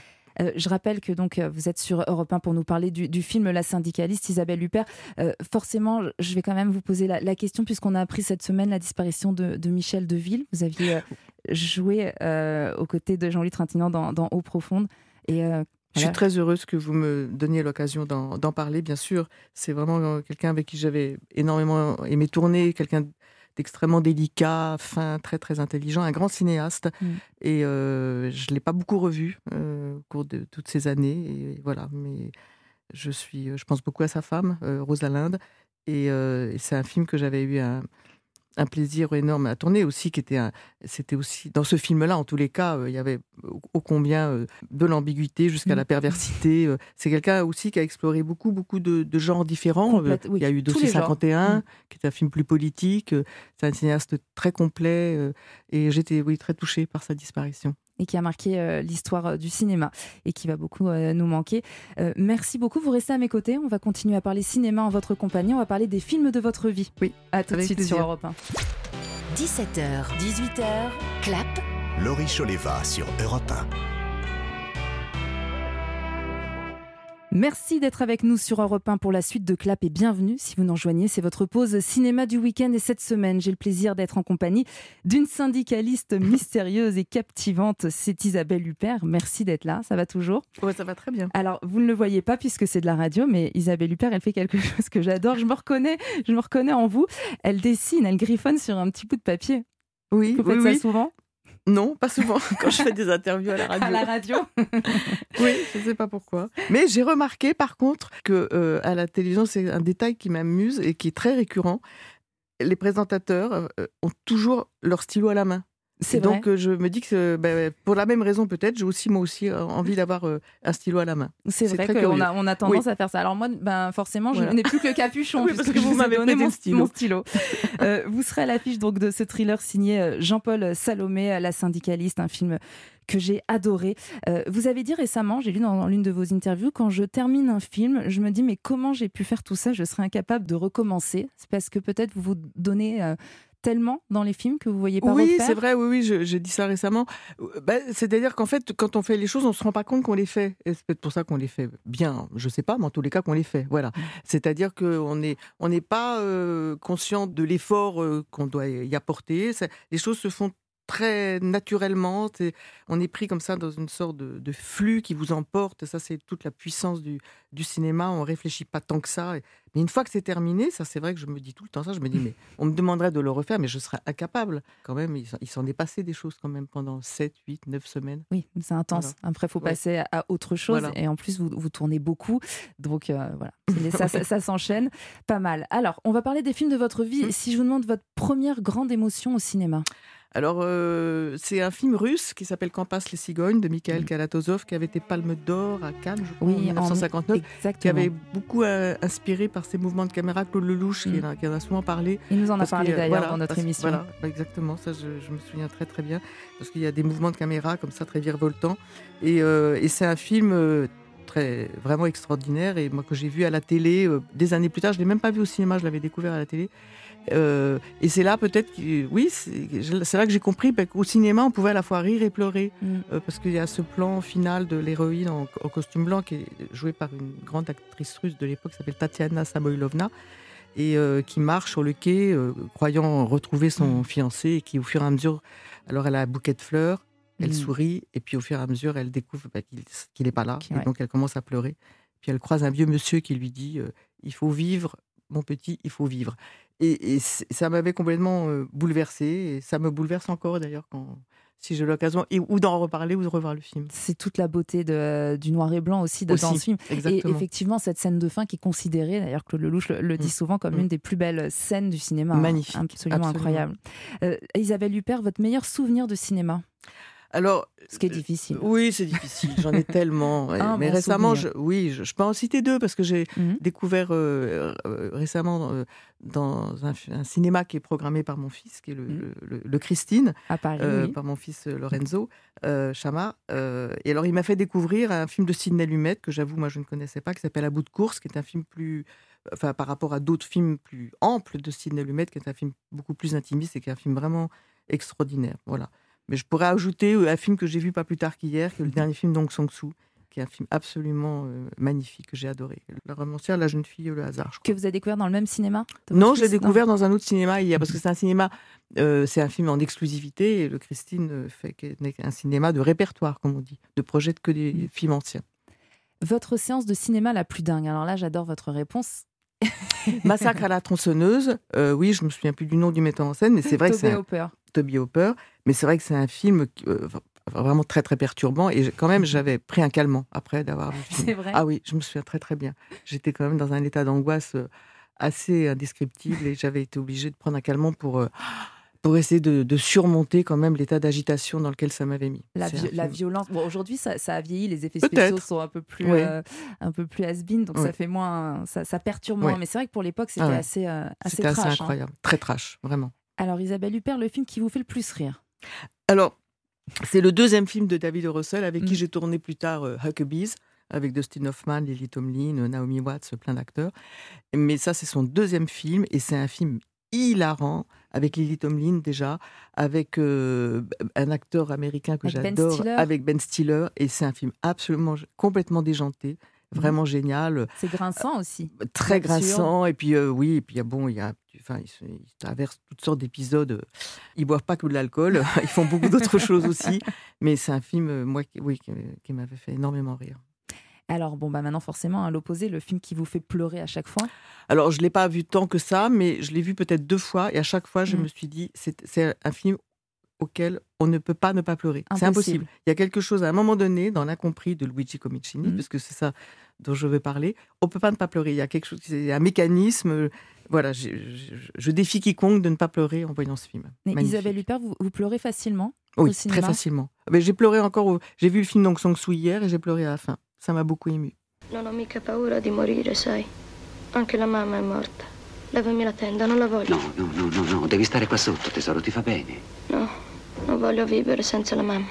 Speaker 3: Je rappelle que donc, vous êtes sur Europe 1 pour nous parler du film La syndicaliste, Isabelle Huppert. Forcément, je vais quand même vous poser la question, puisqu'on a appris cette semaine la disparition de Michel Deville. Vous aviez joué aux côtés de Jean-Louis Trintignant dans Eau profonde. Je
Speaker 18: suis très heureuse que vous me donniez l'occasion d'en parler, bien sûr. C'est vraiment quelqu'un avec qui j'avais énormément aimé tourner, quelqu'un d'extrêmement délicat, fin, très très intelligent, un grand cinéaste. Et je ne l'ai pas beaucoup revu au cours de toutes ces années. Et voilà, mais je pense beaucoup à sa femme, Rosalinde. Et c'est un film que j'avais eu un plaisir énorme à tourner aussi, c'était aussi dans ce film-là, en tous les cas, il y avait ô combien de l'ambiguïté jusqu'à la perversité. C'est quelqu'un aussi qui a exploré beaucoup de genres différents. Il y a eu Dossier 51, qui est un film plus politique. C'est un cinéaste très complet et j'étais très touchée par sa disparition.
Speaker 3: Et qui a marqué l'histoire du cinéma et qui va beaucoup nous manquer. Merci beaucoup, vous restez à mes côtés. On va continuer à parler cinéma en votre compagnie. On va parler des films de votre vie.
Speaker 18: Oui,
Speaker 3: à tout de suite
Speaker 18: plaisir.
Speaker 3: sur Europe 1.
Speaker 2: 17h, 18h, Clap.
Speaker 1: Laurie Choleva sur Europe 1.
Speaker 3: Merci d'être avec nous sur Europe 1 pour la suite de Clap et bienvenue si vous nous rejoignez. C'est votre pause cinéma du week-end et cette semaine, j'ai le plaisir d'être en compagnie d'une syndicaliste mystérieuse et captivante. C'est Isabelle Huppert. Merci d'être là. Ça va toujours ?
Speaker 18: Ouais, ça va très bien.
Speaker 3: Alors, vous ne le voyez pas puisque c'est de la radio, mais Isabelle Huppert, elle fait quelque chose que j'adore. Je me reconnais en vous. Elle dessine, elle griffonne sur un petit bout de papier.
Speaker 18: Oui,
Speaker 3: vous faites ça souvent ?
Speaker 18: Non, pas souvent, quand je fais des interviews à la radio.
Speaker 3: À la radio.
Speaker 18: Oui, je ne sais pas pourquoi. Mais j'ai remarqué, par contre, qu'à la télévision, c'est un détail qui m'amuse et qui est très récurrent. Les présentateurs ont toujours leur stylo à la main.
Speaker 3: C'est vrai.
Speaker 18: Donc, je me dis que pour la même raison, peut-être, j'ai moi aussi envie d'avoir un stylo à la main.
Speaker 3: C'est vrai qu'on a tendance à faire ça. Alors moi, forcément, je n'ai plus que le capuchon,
Speaker 18: oui, parce que vous m'avez
Speaker 3: donné
Speaker 18: mon
Speaker 3: stylo. Vous serez à l'affiche donc, de ce thriller signé Jean-Paul Salomé, La syndicaliste, un film que j'ai adoré. Vous avez dit récemment, j'ai lu dans l'une de vos interviews, quand je termine un film, je me dis mais comment j'ai pu faire tout ça ? Je serais incapable de recommencer. C'est parce que peut-être vous vous donnez tellement dans les films que vous ne voyez pas refaire.
Speaker 18: Oui, c'est vrai, oui, j'ai dit ça récemment. C'est-à-dire qu'en fait, quand on fait les choses, on ne se rend pas compte qu'on les fait. Et c'est peut-être pour ça qu'on les fait bien, je ne sais pas, mais en tous les cas qu'on les fait. Voilà. C'est-à-dire qu'on n'est pas conscient de l'effort qu'on doit y apporter. Les choses se font très naturellement, on est pris comme ça dans une sorte de flux qui vous emporte. Ça, c'est toute la puissance du cinéma. On réfléchit pas tant que ça. Mais une fois que c'est terminé, ça, c'est vrai que je me dis tout le temps ça. Je me dis, mais on me demanderait de le refaire, mais je serais incapable. Quand même, il s'en est passé des choses quand même pendant 7, 8, 9 semaines.
Speaker 3: Oui, c'est intense. Voilà. Après, il faut passer à autre chose. Voilà. Et en plus, vous tournez beaucoup. Donc, voilà. Ça s'enchaîne pas mal. Alors, on va parler des films de votre vie. Si je vous demande votre première grande émotion au cinéma.
Speaker 18: Alors, c'est un film russe qui s'appelle Quand passent les cigognes de Mikhail Kalatozov, qui avait été Palme d'Or à Cannes, je crois, en 1959, qui avait beaucoup inspiré par ses mouvements de caméra. Claude Lelouch, qui en a souvent parlé.
Speaker 3: Il nous en a parlé d'ailleurs dans notre émission.
Speaker 18: Voilà, exactement, ça je me souviens très très bien, parce qu'il y a des mouvements de caméra comme ça, très virevoltants. Et c'est un film vraiment extraordinaire, et moi que j'ai vu à la télé des années plus tard. Je ne l'ai même pas vu au cinéma, je l'avais découvert à la télé. Et c'est là peut-être c'est là que j'ai compris qu'au cinéma on pouvait à la fois rire et pleurer, parce qu'il y a ce plan final de l'héroïne en costume blanc qui est jouée par une grande actrice russe de l'époque qui s'appelle Tatiana Samoïlovna, et qui marche sur le quai croyant retrouver son fiancé, et qui au fur et à mesure, alors elle a un bouquet de fleurs, elle sourit, et puis au fur et à mesure elle découvre qu'il n'est pas là, et donc elle commence à pleurer, puis elle croise un vieux monsieur qui lui dit il faut vivre mon petit, il faut vivre. Et ça m'avait complètement bouleversée, et ça me bouleverse encore d'ailleurs si j'ai l'occasion ou d'en reparler ou de revoir le film.
Speaker 3: C'est toute la beauté du noir et blanc aussi dans ce film.
Speaker 18: Exactement.
Speaker 3: Et effectivement, cette scène de fin qui est considérée, d'ailleurs Claude Lelouch le dit souvent, comme une des plus belles scènes du cinéma.
Speaker 18: Magnifique.
Speaker 3: Absolument incroyable. Isabelle Huppert, votre meilleur souvenir de cinéma ?
Speaker 18: Alors,
Speaker 3: ce qui est difficile.
Speaker 18: Oui, c'est difficile. J'en ai tellement. Mais récemment, je peux en citer 2 parce que j'ai découvert récemment dans un cinéma qui est programmé par mon fils, qui est le Christine,
Speaker 3: à Paris,
Speaker 18: par mon fils Lorenzo Chama. Et alors, il m'a fait découvrir un film de Sidney Lumet que j'avoue, moi, je ne connaissais pas, qui s'appelle À bout de course, qui est un film par rapport à d'autres films plus amples de Sidney Lumet, qui est un film beaucoup plus intimiste et qui est un film vraiment extraordinaire. Voilà. Mais je pourrais ajouter un film que j'ai vu pas plus tard qu'hier, qui est le dernier film d'Aung San Suu, qui est un film absolument magnifique, que j'ai adoré. La romancière, La jeune fille, le hasard, je crois.
Speaker 3: Que vous avez découvert dans le même cinéma ?
Speaker 18: Non, je l'ai découvert dans un autre cinéma hier, parce que c'est un cinéma, c'est un film en exclusivité, et le Christine fait un cinéma de répertoire, comme on dit, de projette que des films anciens.
Speaker 3: Votre séance de cinéma la plus dingue ? Alors là, j'adore votre réponse.
Speaker 18: Massacre à la tronçonneuse. Oui, je me souviens plus du nom du metteur en scène, mais c'est vrai que c'est Toby Hooper. Mais c'est vrai que c'est un film vraiment très très perturbant, et quand même j'avais pris un calmant après d'avoir vu le film.
Speaker 3: C'est vrai ?
Speaker 18: Ah oui, je me souviens très très bien. J'étais quand même dans un état d'angoisse assez indescriptible, et j'avais été obligée de prendre un calmant pour essayer de surmonter quand même l'état d'agitation dans lequel ça m'avait mis.
Speaker 3: La violence. Bon, aujourd'hui, ça a vieilli, les effets spéciaux sont un peu plus has-been, donc ça fait moins, ça perturbe moins. Mais c'est vrai que pour l'époque, c'était assez trash.
Speaker 18: Assez incroyable, très trash, vraiment.
Speaker 3: Alors, Isabelle Huppert, le film qui vous fait le plus rire ?
Speaker 18: Alors, c'est le 2e film de David O. Russell, avec qui j'ai tourné plus tard Huckabees, avec Dustin Hoffman, Lily Tomlin, Naomi Watts, plein d'acteurs. Mais ça, c'est son 2e film, et c'est un film hilarant, avec Lily Tomlin déjà, avec un acteur américain que j'adore, avec Ben Stiller, et c'est un film absolument complètement déjanté, vraiment génial.
Speaker 3: C'est grinçant aussi.
Speaker 18: Très grinçant, et puis il traverse toutes sortes d'épisodes. Ils boivent pas que de l'alcool, ils font beaucoup d'autres choses aussi, mais c'est un film qui m'avait fait énormément rire.
Speaker 3: Alors, maintenant, forcément, à l'opposé, le film qui vous fait pleurer à chaque fois ?
Speaker 18: Alors, je ne l'ai pas vu tant que ça, mais je l'ai vu peut-être 2 fois, et à chaque fois, je me suis dit, c'est un film auquel on ne peut pas ne pas pleurer. C'est impossible. Il y a quelque chose, à un moment donné, dans l'incompris de Luigi Comicini, parce que c'est ça dont je veux parler, on ne peut pas ne pas pleurer. Il y a quelque chose, c'est un mécanisme. Voilà, je défie quiconque de ne pas pleurer en voyant ce film.
Speaker 3: Mais Isabelle Huppert, vous pleurez facilement
Speaker 18: au
Speaker 3: cinéma ?
Speaker 18: Très facilement. Mais j'ai pleuré encore. J'ai vu le film d'Aung San Suu hier, et j'ai pleuré à la fin. Ça m'a beaucoup ému.
Speaker 8: Non ho mica paura di morire, sai. Anche la mamma è morta. Levami la tenda, non la voglio.
Speaker 6: No, devi stare qua sotto, tesoro, ti fa bene.
Speaker 8: No, non voglio vivere senza la mamma.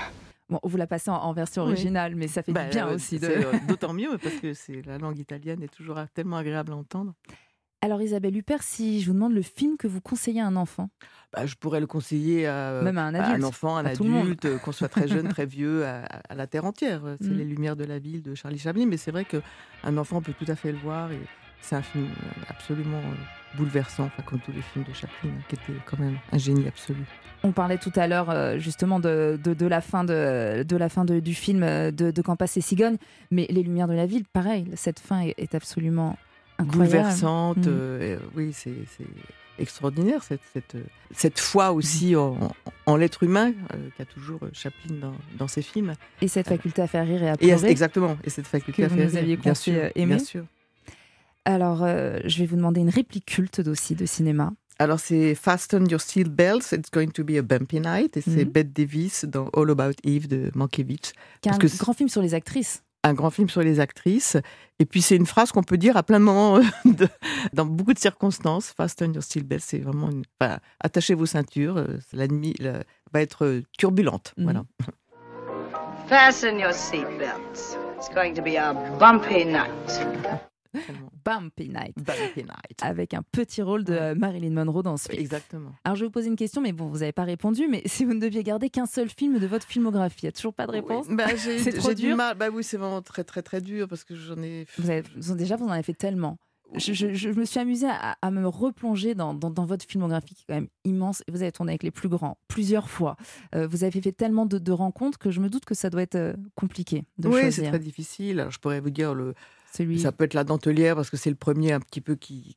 Speaker 3: Bon, vous la passez en version
Speaker 18: Oui.
Speaker 3: originale, mais ça fait du bien aussi.
Speaker 18: C'est, d'autant mieux parce que la langue italienne est toujours tellement agréable à entendre.
Speaker 3: Alors Isabelle Huppert, si je vous demande le film que vous conseillez à un enfant,
Speaker 18: je pourrais le conseiller
Speaker 3: même à un
Speaker 18: à
Speaker 3: adulte,
Speaker 18: un enfant, un
Speaker 3: à tout le monde.
Speaker 18: adulte, qu'on soit très jeune, très vieux, à la terre entière. C'est Les Lumières de la ville de Charlie Chaplin, mais c'est vrai qu'un enfant peut tout à fait le voir et c'est un film absolument bouleversant, comme tous les films de Chaplin, qui était quand même un génie absolu.
Speaker 3: On parlait tout à l'heure justement de la fin du film de Quand passent les cigognes, mais Les Lumières de la ville, pareil, cette fin est absolument incroyable.
Speaker 18: Bouleversante, oui, c'est extraordinaire cette foi aussi en l'être humain qu'a toujours Chaplin dans ses films.
Speaker 3: Et cette faculté à faire rire et à pleurer.
Speaker 18: Exactement, et cette faculté à faire rire.
Speaker 3: Que vous nous aviez confié aimer.
Speaker 18: Bien sûr.
Speaker 3: Alors, je vais vous demander une réplique culte aussi de cinéma.
Speaker 18: Alors, c'est Fasten Your Seatbelts, It's Going to be a Bumpy Night. Et c'est Bette Davis dans All About Eve de Mankiewicz.
Speaker 3: Qui est un grand film sur les actrices.
Speaker 18: Un grand film sur les actrices. Et puis, c'est une phrase qu'on peut dire à plein de moments, dans beaucoup de circonstances. Fasten Your Seatbelts, c'est vraiment attachez vos ceintures. La nuit va être turbulente. Voilà.
Speaker 21: Fasten your seatbelts. It's going to be a bumpy night.
Speaker 3: Bumpy Night.
Speaker 18: Bumpy Night.
Speaker 3: Avec un petit rôle de Marilyn Monroe dans ce film.
Speaker 18: Exactement.
Speaker 3: Alors, je vais vous poser une question, mais bon, vous n'avez pas répondu. Mais si vous ne deviez garder qu'un seul film de votre filmographie, il n'y a toujours pas de réponse. C'est trop dur.
Speaker 18: Du mal. Oui, c'est vraiment très, très, très dur parce que j'en ai.
Speaker 3: Déjà, vous en avez fait tellement. Je me suis amusée à me replonger dans votre filmographie qui est quand même immense. Vous avez tourné avec les plus grands plusieurs fois. Vous avez fait tellement de rencontres que je me doute que ça doit être compliqué de choisir.
Speaker 18: Oui, c'est très difficile. Alors, je pourrais vous dire ça peut être La Dentelière parce que c'est le premier un petit peu qui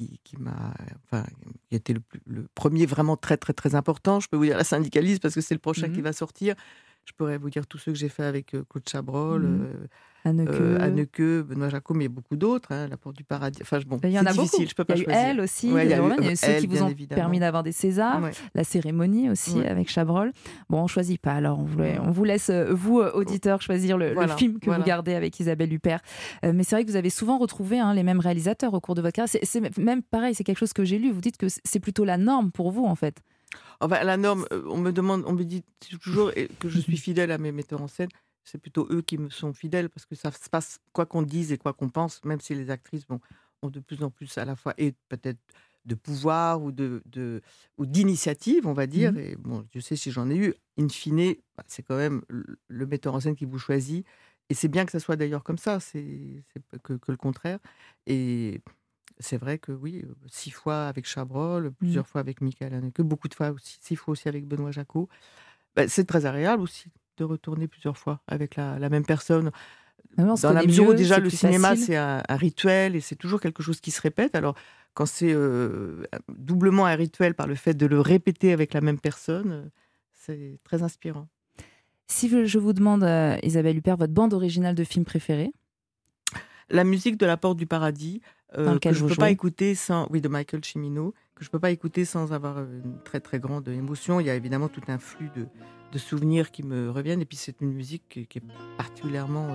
Speaker 18: était le premier vraiment très très très important. Je peux vous dire La Syndicaliste parce que c'est le prochain qui va sortir. Je pourrais vous dire tous ceux que j'ai fait avec Claude Chabrol, Haneke, Benoît Jacot, mais beaucoup d'autres, La Porte du Paradis. Enfin, bon,
Speaker 3: il y en a
Speaker 18: difficile,
Speaker 3: beaucoup.
Speaker 18: Je peux pas choisir.
Speaker 3: Il y a eu Elle aussi, il y a eu ceux qui vous ont permis d'avoir des Césars, La Cérémonie aussi avec Chabrol. Bon, on choisit pas, alors on vous laisse, vous, auditeurs, choisir le film que vous gardez avec Isabelle Huppert. Mais c'est vrai que vous avez souvent retrouvé les mêmes réalisateurs au cours de votre carrière. C'est même pareil, c'est quelque chose que j'ai lu. Vous dites que c'est plutôt la norme pour vous, en fait.
Speaker 18: La norme, on me dit toujours que je suis fidèle à mes metteurs en scène. C'est plutôt eux qui me sont fidèles parce que ça se passe quoi qu'on dise et quoi qu'on pense, même si les actrices ont de plus en plus à la fois et peut-être de pouvoir ou d'initiative, on va dire. Et bon, je sais si j'en ai eu. In fine, c'est quand même le metteur en scène qui vous choisit. Et c'est bien que ça soit d'ailleurs comme ça, c'est que le contraire. Et c'est vrai que oui, 6 fois avec Chabrol, plusieurs fois avec Michael Haneke, beaucoup de fois aussi, 6 fois aussi avec Benoît Jacot. C'est très agréable aussi de retourner plusieurs fois avec la même personne. Dans la mesure où déjà le cinéma c'est un rituel et c'est toujours quelque chose qui se répète. Alors quand c'est doublement un rituel par le fait de le répéter avec la même personne, c'est très inspirant.
Speaker 3: Si je vous demande, Isabelle Huppert, votre bande originale de film préférée?
Speaker 18: La musique de La Porte du Paradis, que je ne peux pas écouter sans... Oui, de Michael Cimino, que je ne peux pas écouter sans avoir une très très grande émotion. Il y a évidemment tout un flux de souvenirs qui me reviennent. Et puis c'est une musique qui est particulièrement...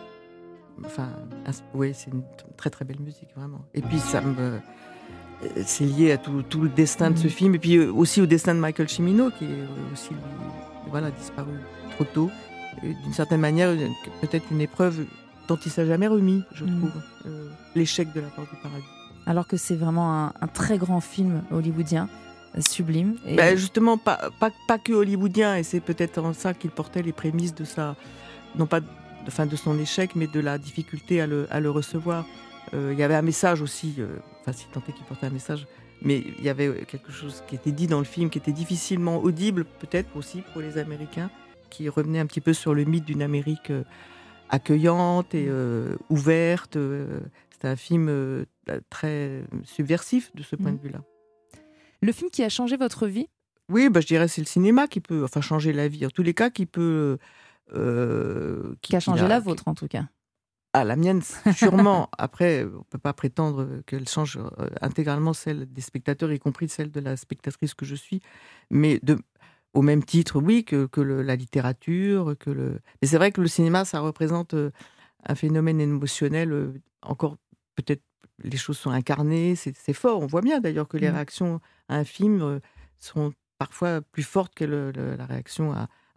Speaker 18: oui, c'est une très très belle musique, vraiment. Et puis c'est lié à tout le destin de ce film. Et puis aussi au destin de Michael Cimino, qui est aussi disparu trop tôt. Et d'une certaine manière, peut-être une épreuve dont il ne s'est jamais remis, je trouve, l'échec de La Porte du Paradis.
Speaker 3: Alors que c'est vraiment un très grand film hollywoodien, sublime. Et...
Speaker 18: justement, pas que hollywoodien, et c'est peut-être en ça qu'il portait les prémices de ça, non pas de son échec, mais de la difficulté à le recevoir. Il y avait un message aussi, si tant est qu'il portait un message, mais il y avait quelque chose qui était dit dans le film, qui était difficilement audible, peut-être aussi pour les Américains, qui revenait un petit peu sur le mythe d'une Amérique... accueillante et ouverte. C'était un film très subversif de ce point de vue-là.
Speaker 3: Le film qui a changé votre vie?
Speaker 18: Oui, je dirais c'est le cinéma qui peut changer la vie. En tous les cas, qui peut...
Speaker 3: qui a changé la vôtre, en tout cas.
Speaker 18: Ah, la mienne, sûrement. Après, on ne peut pas prétendre qu'elle change intégralement celle des spectateurs, y compris celle de la spectatrice que je suis. Mais au même titre, oui, que la littérature. Mais c'est vrai que le cinéma, ça représente un phénomène émotionnel. Encore, peut-être, les choses sont incarnées. C'est fort. On voit bien, d'ailleurs, que les réactions à un film seront parfois plus fortes que la réaction à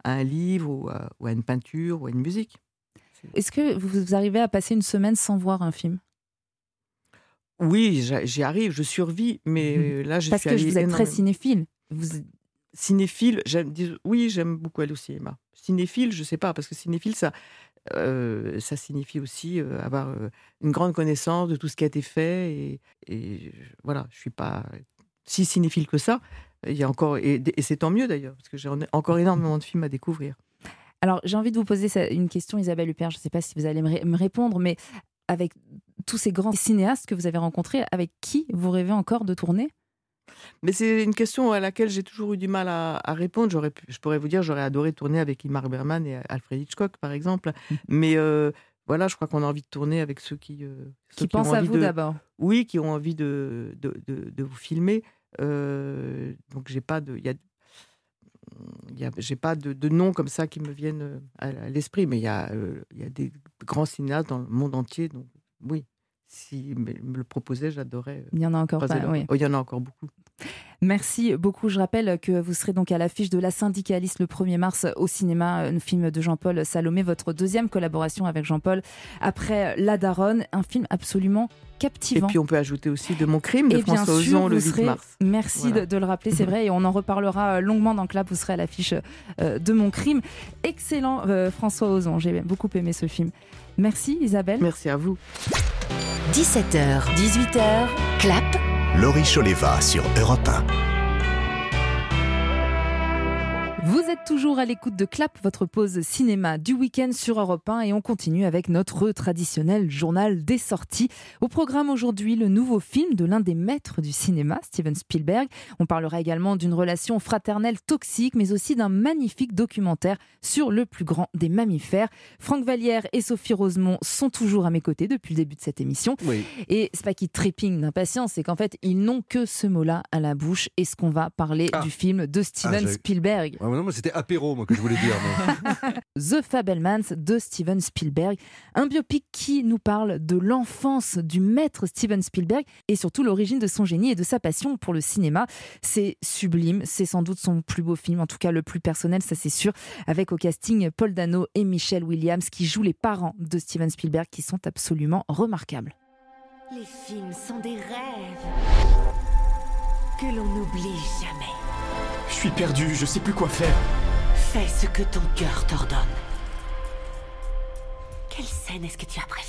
Speaker 18: un livre ou à une peinture ou à une musique.
Speaker 3: Est-ce que vous arrivez à passer une semaine sans voir un film ?
Speaker 18: Oui, j'y arrive, je survis, mais là,
Speaker 3: Parce que vous êtes très cinéphile.
Speaker 18: Cinéphile, j'aime beaucoup aller au cinéma. Cinéphile, je sais pas, parce que cinéphile, ça signifie aussi avoir une grande connaissance de tout ce qui a été fait. Et voilà, je suis pas si cinéphile que ça. Il y a encore, et c'est tant mieux d'ailleurs, parce que j'ai encore énormément de films à découvrir.
Speaker 3: Alors, j'ai envie de vous poser une question, Isabelle Huppert. Je ne sais pas si vous allez me répondre, mais avec tous ces grands cinéastes que vous avez rencontrés, avec qui vous rêvez encore de tourner ?
Speaker 18: Mais c'est une question à laquelle j'ai toujours eu du mal à répondre. Je pourrais vous dire, j'aurais adoré tourner avec Ingmar Bergman et Alfred Hitchcock, par exemple. Mais voilà, je crois qu'on a envie de tourner avec ceux qui
Speaker 3: pensent à vous d'abord.
Speaker 18: Oui, qui ont envie de vous filmer. Donc j'ai pas j'ai pas de noms comme ça qui me viennent à l'esprit, mais il y a des grands cinéastes dans le monde entier. Donc oui, si me le proposait, j'adorerais.
Speaker 3: Il y en a encore pas, oui.
Speaker 18: Il y en a encore beaucoup.
Speaker 3: Merci beaucoup. Je rappelle que vous serez donc à l'affiche de La Syndicaliste le 1er mars au cinéma, un film de Jean-Paul Salomé, votre deuxième collaboration avec Jean-Paul après La Daronne, un film absolument captivant.
Speaker 18: Et puis on peut ajouter aussi De mon crime de François Ozon le 8 mars.
Speaker 3: Merci voilà. de le rappeler, c'est vrai, et on en reparlera longuement dans Clap, vous serez à l'affiche de Mon crime. Excellent François Ozon, j'ai beaucoup aimé ce film. Merci Isabelle.
Speaker 18: Merci à vous.
Speaker 2: 17h, 18h, Clap.
Speaker 1: Laurie Choleva sur Europe 1.
Speaker 3: Vous êtes toujours à l'écoute de Clap, votre pause cinéma du week-end sur Europe 1, et on continue avec notre traditionnel journal des sorties. Au programme aujourd'hui, le nouveau film de l'un des maîtres du cinéma, Steven Spielberg. On parlera également d'une relation fraternelle toxique, mais aussi d'un magnifique documentaire sur le plus grand des mammifères. Franck Vallière et Sophie Rosemont sont toujours à mes côtés depuis le début de cette émission. Oui. Et c'est pas qu'ils trépignent d'impatience, c'est qu'en fait, ils n'ont que ce mot-là à la bouche. Est-ce qu'on va parler du film de Steven Spielberg ?
Speaker 5: Non, moi c'était apéro, moi, que je voulais dire.
Speaker 3: The Fabelmans de Steven Spielberg, un biopic qui nous parle de l'enfance du maître Steven Spielberg et surtout l'origine de son génie et de sa passion pour le cinéma. C'est sublime, c'est sans doute son plus beau film, en tout cas le plus personnel, ça c'est sûr, avec au casting Paul Dano et Michelle Williams qui jouent les parents de Steven Spielberg, qui sont absolument remarquables.
Speaker 2: Les films sont des rêves que l'on n'oublie jamais.
Speaker 7: Je suis perdu, je sais plus quoi faire.
Speaker 2: Fais ce que ton cœur t'ordonne. Quelle scène est-ce que tu as préférée ?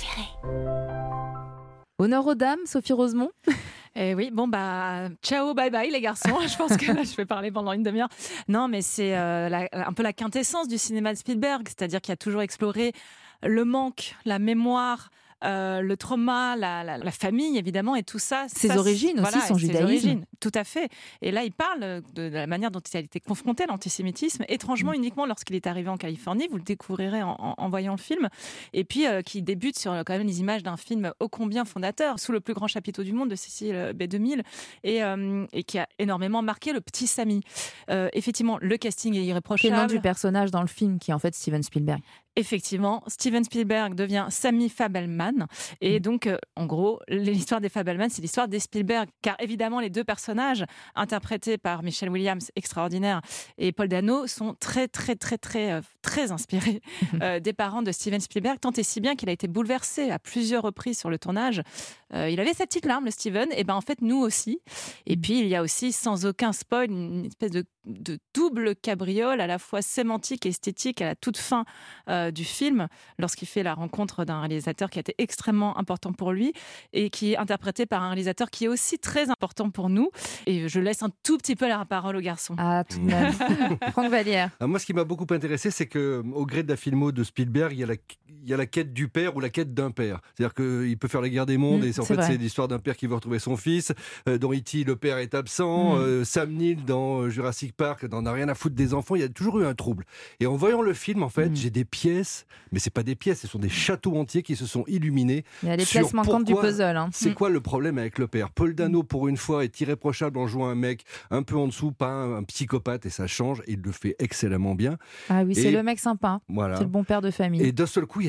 Speaker 3: Honneur aux dames, Sophie Rosemont.
Speaker 4: Et oui, bon ciao, bye bye les garçons. Je pense que là, je vais parler pendant une demi-heure. Non, mais c'est un peu la quintessence du cinéma de Spielberg, c'est-à-dire qu'il a toujours exploré le manque, la mémoire, le trauma, la famille évidemment, et tout ça.
Speaker 3: Ses origines aussi, son judaïsme.
Speaker 4: Origines, tout à fait. Et là, il parle de la manière dont il a été confronté à l'antisémitisme, étrangement uniquement lorsqu'il est arrivé en Californie. Vous le découvrirez en voyant le film. Et puis, qui débute sur quand même les images d'un film ô combien fondateur, Sous le plus grand chapiteau du monde de Cécile B. 2000, et qui a énormément marqué le petit Samy. Effectivement, le casting est irréprochable.
Speaker 3: C'est le nom du personnage dans le film qui est en fait Steven Spielberg.
Speaker 4: Effectivement, Steven Spielberg devient Sammy Fabelman. Et donc, en gros, l'histoire des Fabelman, c'est l'histoire des Spielberg. Car évidemment, les deux personnages, interprétés par Michelle Williams, extraordinaire, et Paul Dano, sont très inspirés des parents de Steven Spielberg, tant et si bien qu'il a été bouleversé à plusieurs reprises sur le tournage. Il avait sa petite larme, le Steven, et en fait, nous aussi. Et puis, il y a aussi, sans aucun spoil, une espèce de double cabriole, à la fois sémantique et esthétique, à la toute fin du film, lorsqu'il fait la rencontre d'un réalisateur qui a été extrêmement important pour lui et qui est interprété par un réalisateur qui est aussi très important pour nous. Et je laisse un tout petit peu la parole aux garçons.
Speaker 3: Ah, tout de même. Franck Vallière.
Speaker 5: Moi, ce qui m'a beaucoup intéressé, c'est qu'au gré de la filmo de Spielberg, il y a la quête du père ou la quête d'un père. C'est-à-dire qu'il peut faire la guerre des mondes, et en fait, c'est l'histoire d'un père qui veut retrouver son fils. Dans E.T., le père est absent. Sam Neill, dans Jurassic Park, n'en a rien à foutre des enfants. Il y a toujours eu un trouble. Et en voyant le film, en fait, j'ai des pièces, mais c'est pas des pièces, ce sont des châteaux entiers qui se sont illuminés.
Speaker 3: Il y a les pièces manquantes du puzzle.
Speaker 5: C'est quoi le problème avec le père ? Paul Dano, pour une fois, est irréprochable en jouant un mec un peu en dessous, pas un psychopathe, et ça change, et il le fait excellemment bien.
Speaker 3: Ah oui, c'est le mec sympa.
Speaker 5: Voilà.
Speaker 3: C'est le bon père de famille.
Speaker 5: Et d'un seul coup, il y a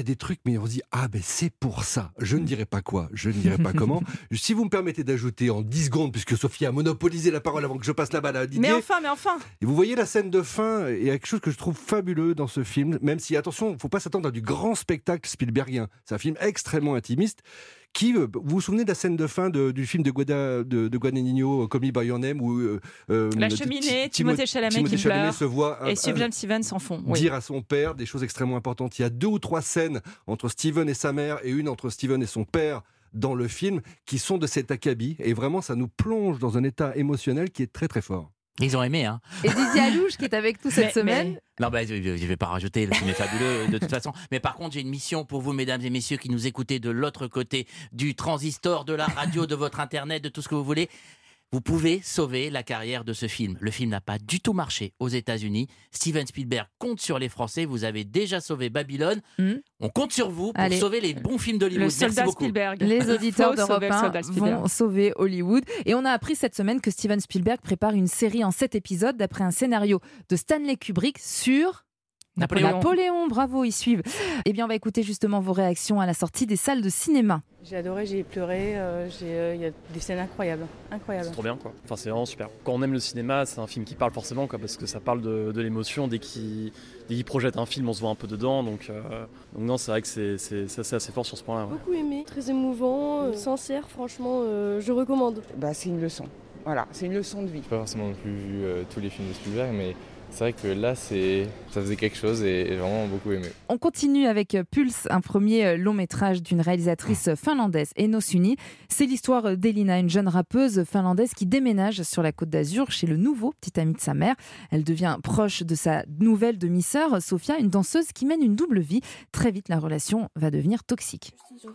Speaker 5: des trucs, mais on se dit, ah ben c'est pour ça. Je ne dirai pas quoi, je ne dirai pas comment. Si vous me permettez d'ajouter en 10 secondes, puisque Sophie a monopolisé la parole avant que je passe la balle à Didier.
Speaker 4: Mais enfin
Speaker 5: Et vous voyez la scène de fin, il y a quelque chose que je trouve fabuleux dans ce film, même si, attention, il ne faut pas s'attendre à du grand spectacle Spielbergien. C'est un film extrêmement intimiste. Vous vous souvenez de la scène de fin du film de Guadagnino, Call Me By Your Name, où
Speaker 4: la cheminée, Timothée Chalamet qui pleure,
Speaker 5: se voit
Speaker 4: et Sufjan Stevens s'en fond.
Speaker 5: Dire à son père des choses extrêmement importantes. Il y a 2 ou 3 scènes entre Steven et sa mère et une entre Steven et son père dans le film qui sont de cet acabit, et vraiment ça nous plonge dans un état émotionnel qui est très très fort.
Speaker 17: Ils ont aimé, hein.
Speaker 3: Et Didier Alouche qui est avec nous cette semaine.
Speaker 17: Non, je vais pas rajouter, le film est fabuleux de toute façon. Mais par contre, j'ai une mission pour vous, mesdames et messieurs, qui nous écoutez de l'autre côté du transistor, de la radio, de votre internet, de tout ce que vous voulez. Vous pouvez sauver la carrière de ce film. Le film n'a pas du tout marché aux États-Unis. Steven Spielberg compte sur les Français. Vous avez déjà sauvé Babylone. On compte sur vous pour sauver les bons films d'Hollywood.
Speaker 4: Merci
Speaker 17: beaucoup.
Speaker 4: Spielberg.
Speaker 3: Les auditeurs d'Europe 1 vont sauver Hollywood. Et on a appris cette semaine que Steven Spielberg prépare une série en 7 épisodes d'après un scénario de Stanley Kubrick sur Napoléon. Bravo, ils suivent. Eh bien, on va écouter justement vos réactions à la sortie des salles de cinéma.
Speaker 10: J'ai adoré, j'ai pleuré, il y a des scènes incroyables.
Speaker 22: C'est trop bien, quoi. Enfin, c'est vraiment super. Quand on aime le cinéma, c'est un film qui parle forcément, quoi, parce que ça parle de l'émotion. Dès qu'il projette un film, on se voit un peu dedans. Donc non, c'est vrai que c'est assez fort sur ce point-là. Ouais.
Speaker 23: Beaucoup aimé, très émouvant, sincère, franchement, je recommande.
Speaker 20: C'est une leçon. Voilà, c'est une leçon de vie.
Speaker 24: Je n'ai pas forcément non plus vu tous les films de Spielberg, mais c'est vrai que là, ça faisait quelque chose et j'ai vraiment beaucoup aimé.
Speaker 3: On continue avec Pulse, un premier long métrage d'une réalisatrice finlandaise, Eno Suni. C'est l'histoire d'Elina, une jeune rappeuse finlandaise qui déménage sur la Côte d'Azur chez le nouveau petit ami de sa mère. Elle devient proche de sa nouvelle demi-sœur, Sofia, une danseuse qui mène une double vie. Très vite, la relation va devenir toxique.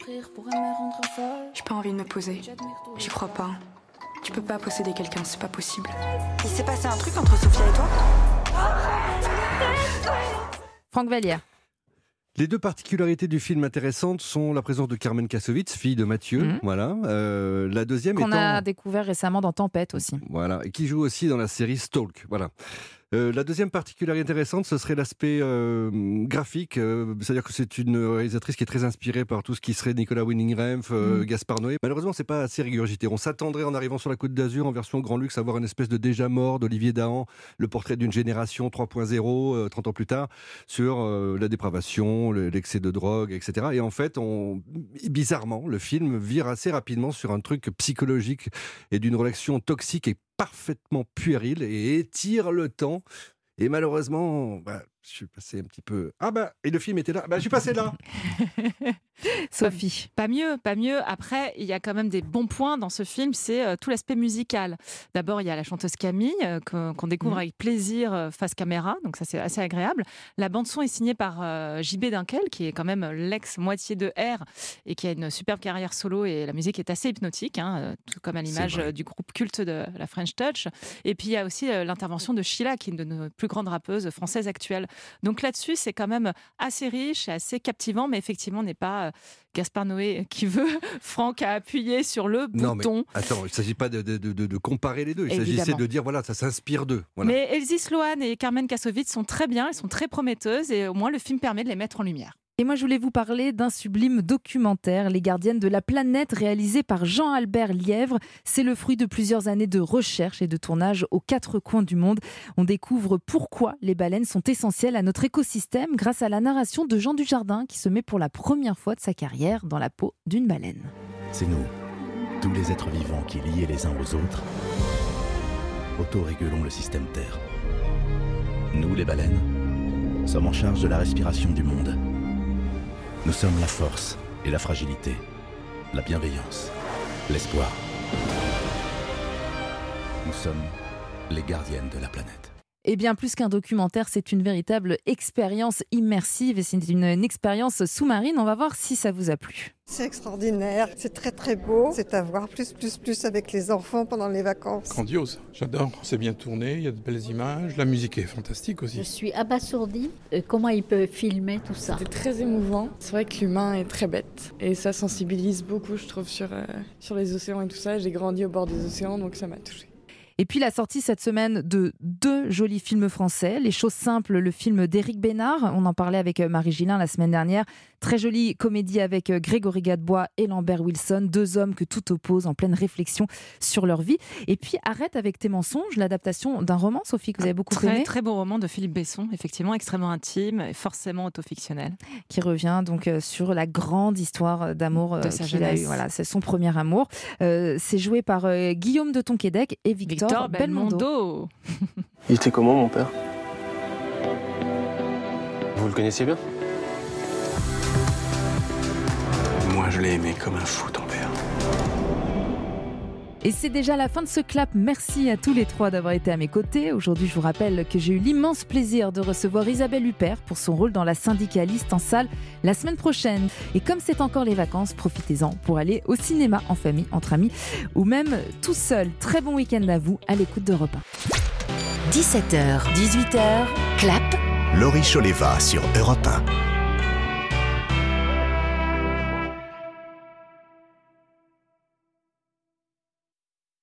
Speaker 25: J'ai pas envie de me poser. J'y crois pas. Tu peux pas posséder quelqu'un, c'est pas possible.
Speaker 26: Il s'est passé un truc entre Sofia et toi ?
Speaker 3: Franck Vallière.
Speaker 5: Les 2 particularités du film intéressantes sont la présence de Carmen Kassovitz, fille de Mathieu. Voilà. La deuxième
Speaker 3: qu'on a découvert récemment dans Tempête aussi.
Speaker 5: Voilà, et qui joue aussi dans la série Stalk. Voilà. La deuxième particularité intéressante, ce serait l'aspect graphique. C'est-à-dire que c'est une réalisatrice qui est très inspirée par tout ce qui serait Nicolas Winding Refn, Gaspard Noé. Malheureusement, c'est pas assez régurgité. On s'attendrait en arrivant sur la Côte d'Azur en version grand luxe à voir une espèce de déjà mort d'Olivier Dahan, le portrait d'une génération 3.0, 30 ans plus tard, sur la dépravation, l'excès de drogue, etc. Et en fait, bizarrement, le film vire assez rapidement sur un truc psychologique et d'une relation toxique et parfaitement puéril et étire le temps. Et malheureusement, je suis passé un petit peu... et le film était là. Je suis passé là.
Speaker 3: Sophie.
Speaker 4: Pas mieux. Après, il y a quand même des bons points dans ce film, c'est tout l'aspect musical. D'abord, il y a la chanteuse Camille, qu'on découvre avec plaisir face caméra, donc ça c'est assez agréable. La bande-son est signée par JB Dunkel, qui est quand même l'ex-moitié de R, et qui a une superbe carrière solo, et la musique est assez hypnotique, tout comme à l'image du groupe culte de la French Touch. Et puis il y a aussi l'intervention de Sheila, qui est une de nos plus grandes rappeuses françaises actuelles. Donc là-dessus, c'est quand même assez riche et assez captivant, mais effectivement, on n'est pas Gaspard Noé qui veut. Franck a appuyé sur le bouton.
Speaker 5: Mais attends, il ne s'agit pas de comparer les deux. Il s'agissait de dire, ça s'inspire d'eux. Voilà.
Speaker 4: Mais Elsie Sloan et Carmen Kassovitz sont très bien, elles sont très prometteuses, et au moins le film permet de les mettre en lumière.
Speaker 3: Et moi, je voulais vous parler d'un sublime documentaire, Les Gardiennes de la Planète, réalisé par Jean-Albert Lièvre. C'est le fruit de plusieurs années de recherche et de tournage aux 4 coins du monde. On découvre pourquoi les baleines sont essentielles à notre écosystème grâce à la narration de Jean Dujardin, qui se met pour la première fois de sa carrière dans la peau d'une baleine.
Speaker 27: C'est nous, tous les êtres vivants qui, liés les uns aux autres, autorégulons le système Terre. Nous, les baleines, sommes en charge de la respiration du monde. Nous sommes la force et la fragilité, la bienveillance, l'espoir. Nous sommes les gardiennes de la planète.
Speaker 3: Et bien plus qu'un documentaire, c'est une véritable expérience immersive et c'est une expérience sous-marine. On va voir si ça vous a plu.
Speaker 28: C'est extraordinaire, c'est très très beau. C'est à voir plus avec les enfants pendant les vacances.
Speaker 29: Grandiose, j'adore. C'est bien tourné, il y a de belles images, la musique est fantastique aussi.
Speaker 30: Je suis abasourdie. Comment il peut filmer tout ça?
Speaker 31: C'était très émouvant. C'est vrai que l'humain est très bête et ça sensibilise beaucoup, je trouve, sur les océans et tout ça. J'ai grandi au bord des océans, donc ça m'a touchée.
Speaker 3: Et puis la sortie cette semaine de 2 jolis films français. Les choses simples, le film d'Éric Bénard. On en parlait avec Marie Gillin la semaine dernière. Très jolie comédie avec Grégory Gadebois et Lambert Wilson. 2 hommes que tout oppose en pleine réflexion sur leur vie. Et puis Arrête avec tes mensonges, l'adaptation d'un roman, Sophie, que vous avez beaucoup aimé.
Speaker 4: Très beau roman de Philippe Besson, effectivement extrêmement intime et forcément autofictionnel.
Speaker 3: Qui revient donc sur la grande histoire d'amour
Speaker 4: de sa
Speaker 3: qu'il a eu. Voilà, c'est son premier amour. C'est joué par Guillaume de Tonquédec et Victor Belmondo.
Speaker 6: Il était comment, mon père? Vous le connaissiez bien? Moi, je l'ai aimé comme un fou, ton père.
Speaker 3: Et c'est déjà la fin de ce clap. Merci à tous les 3 d'avoir été à mes côtés. Aujourd'hui, je vous rappelle que j'ai eu l'immense plaisir de recevoir Isabelle Huppert pour son rôle dans La Syndicaliste en salle la semaine prochaine. Et comme c'est encore les vacances, profitez-en pour aller au cinéma en famille, entre amis ou même tout seul. Très bon week-end à vous à l'écoute d'Europe 1.
Speaker 2: 17h, 18h, clap.
Speaker 1: Laurie Choleva sur Europe 1.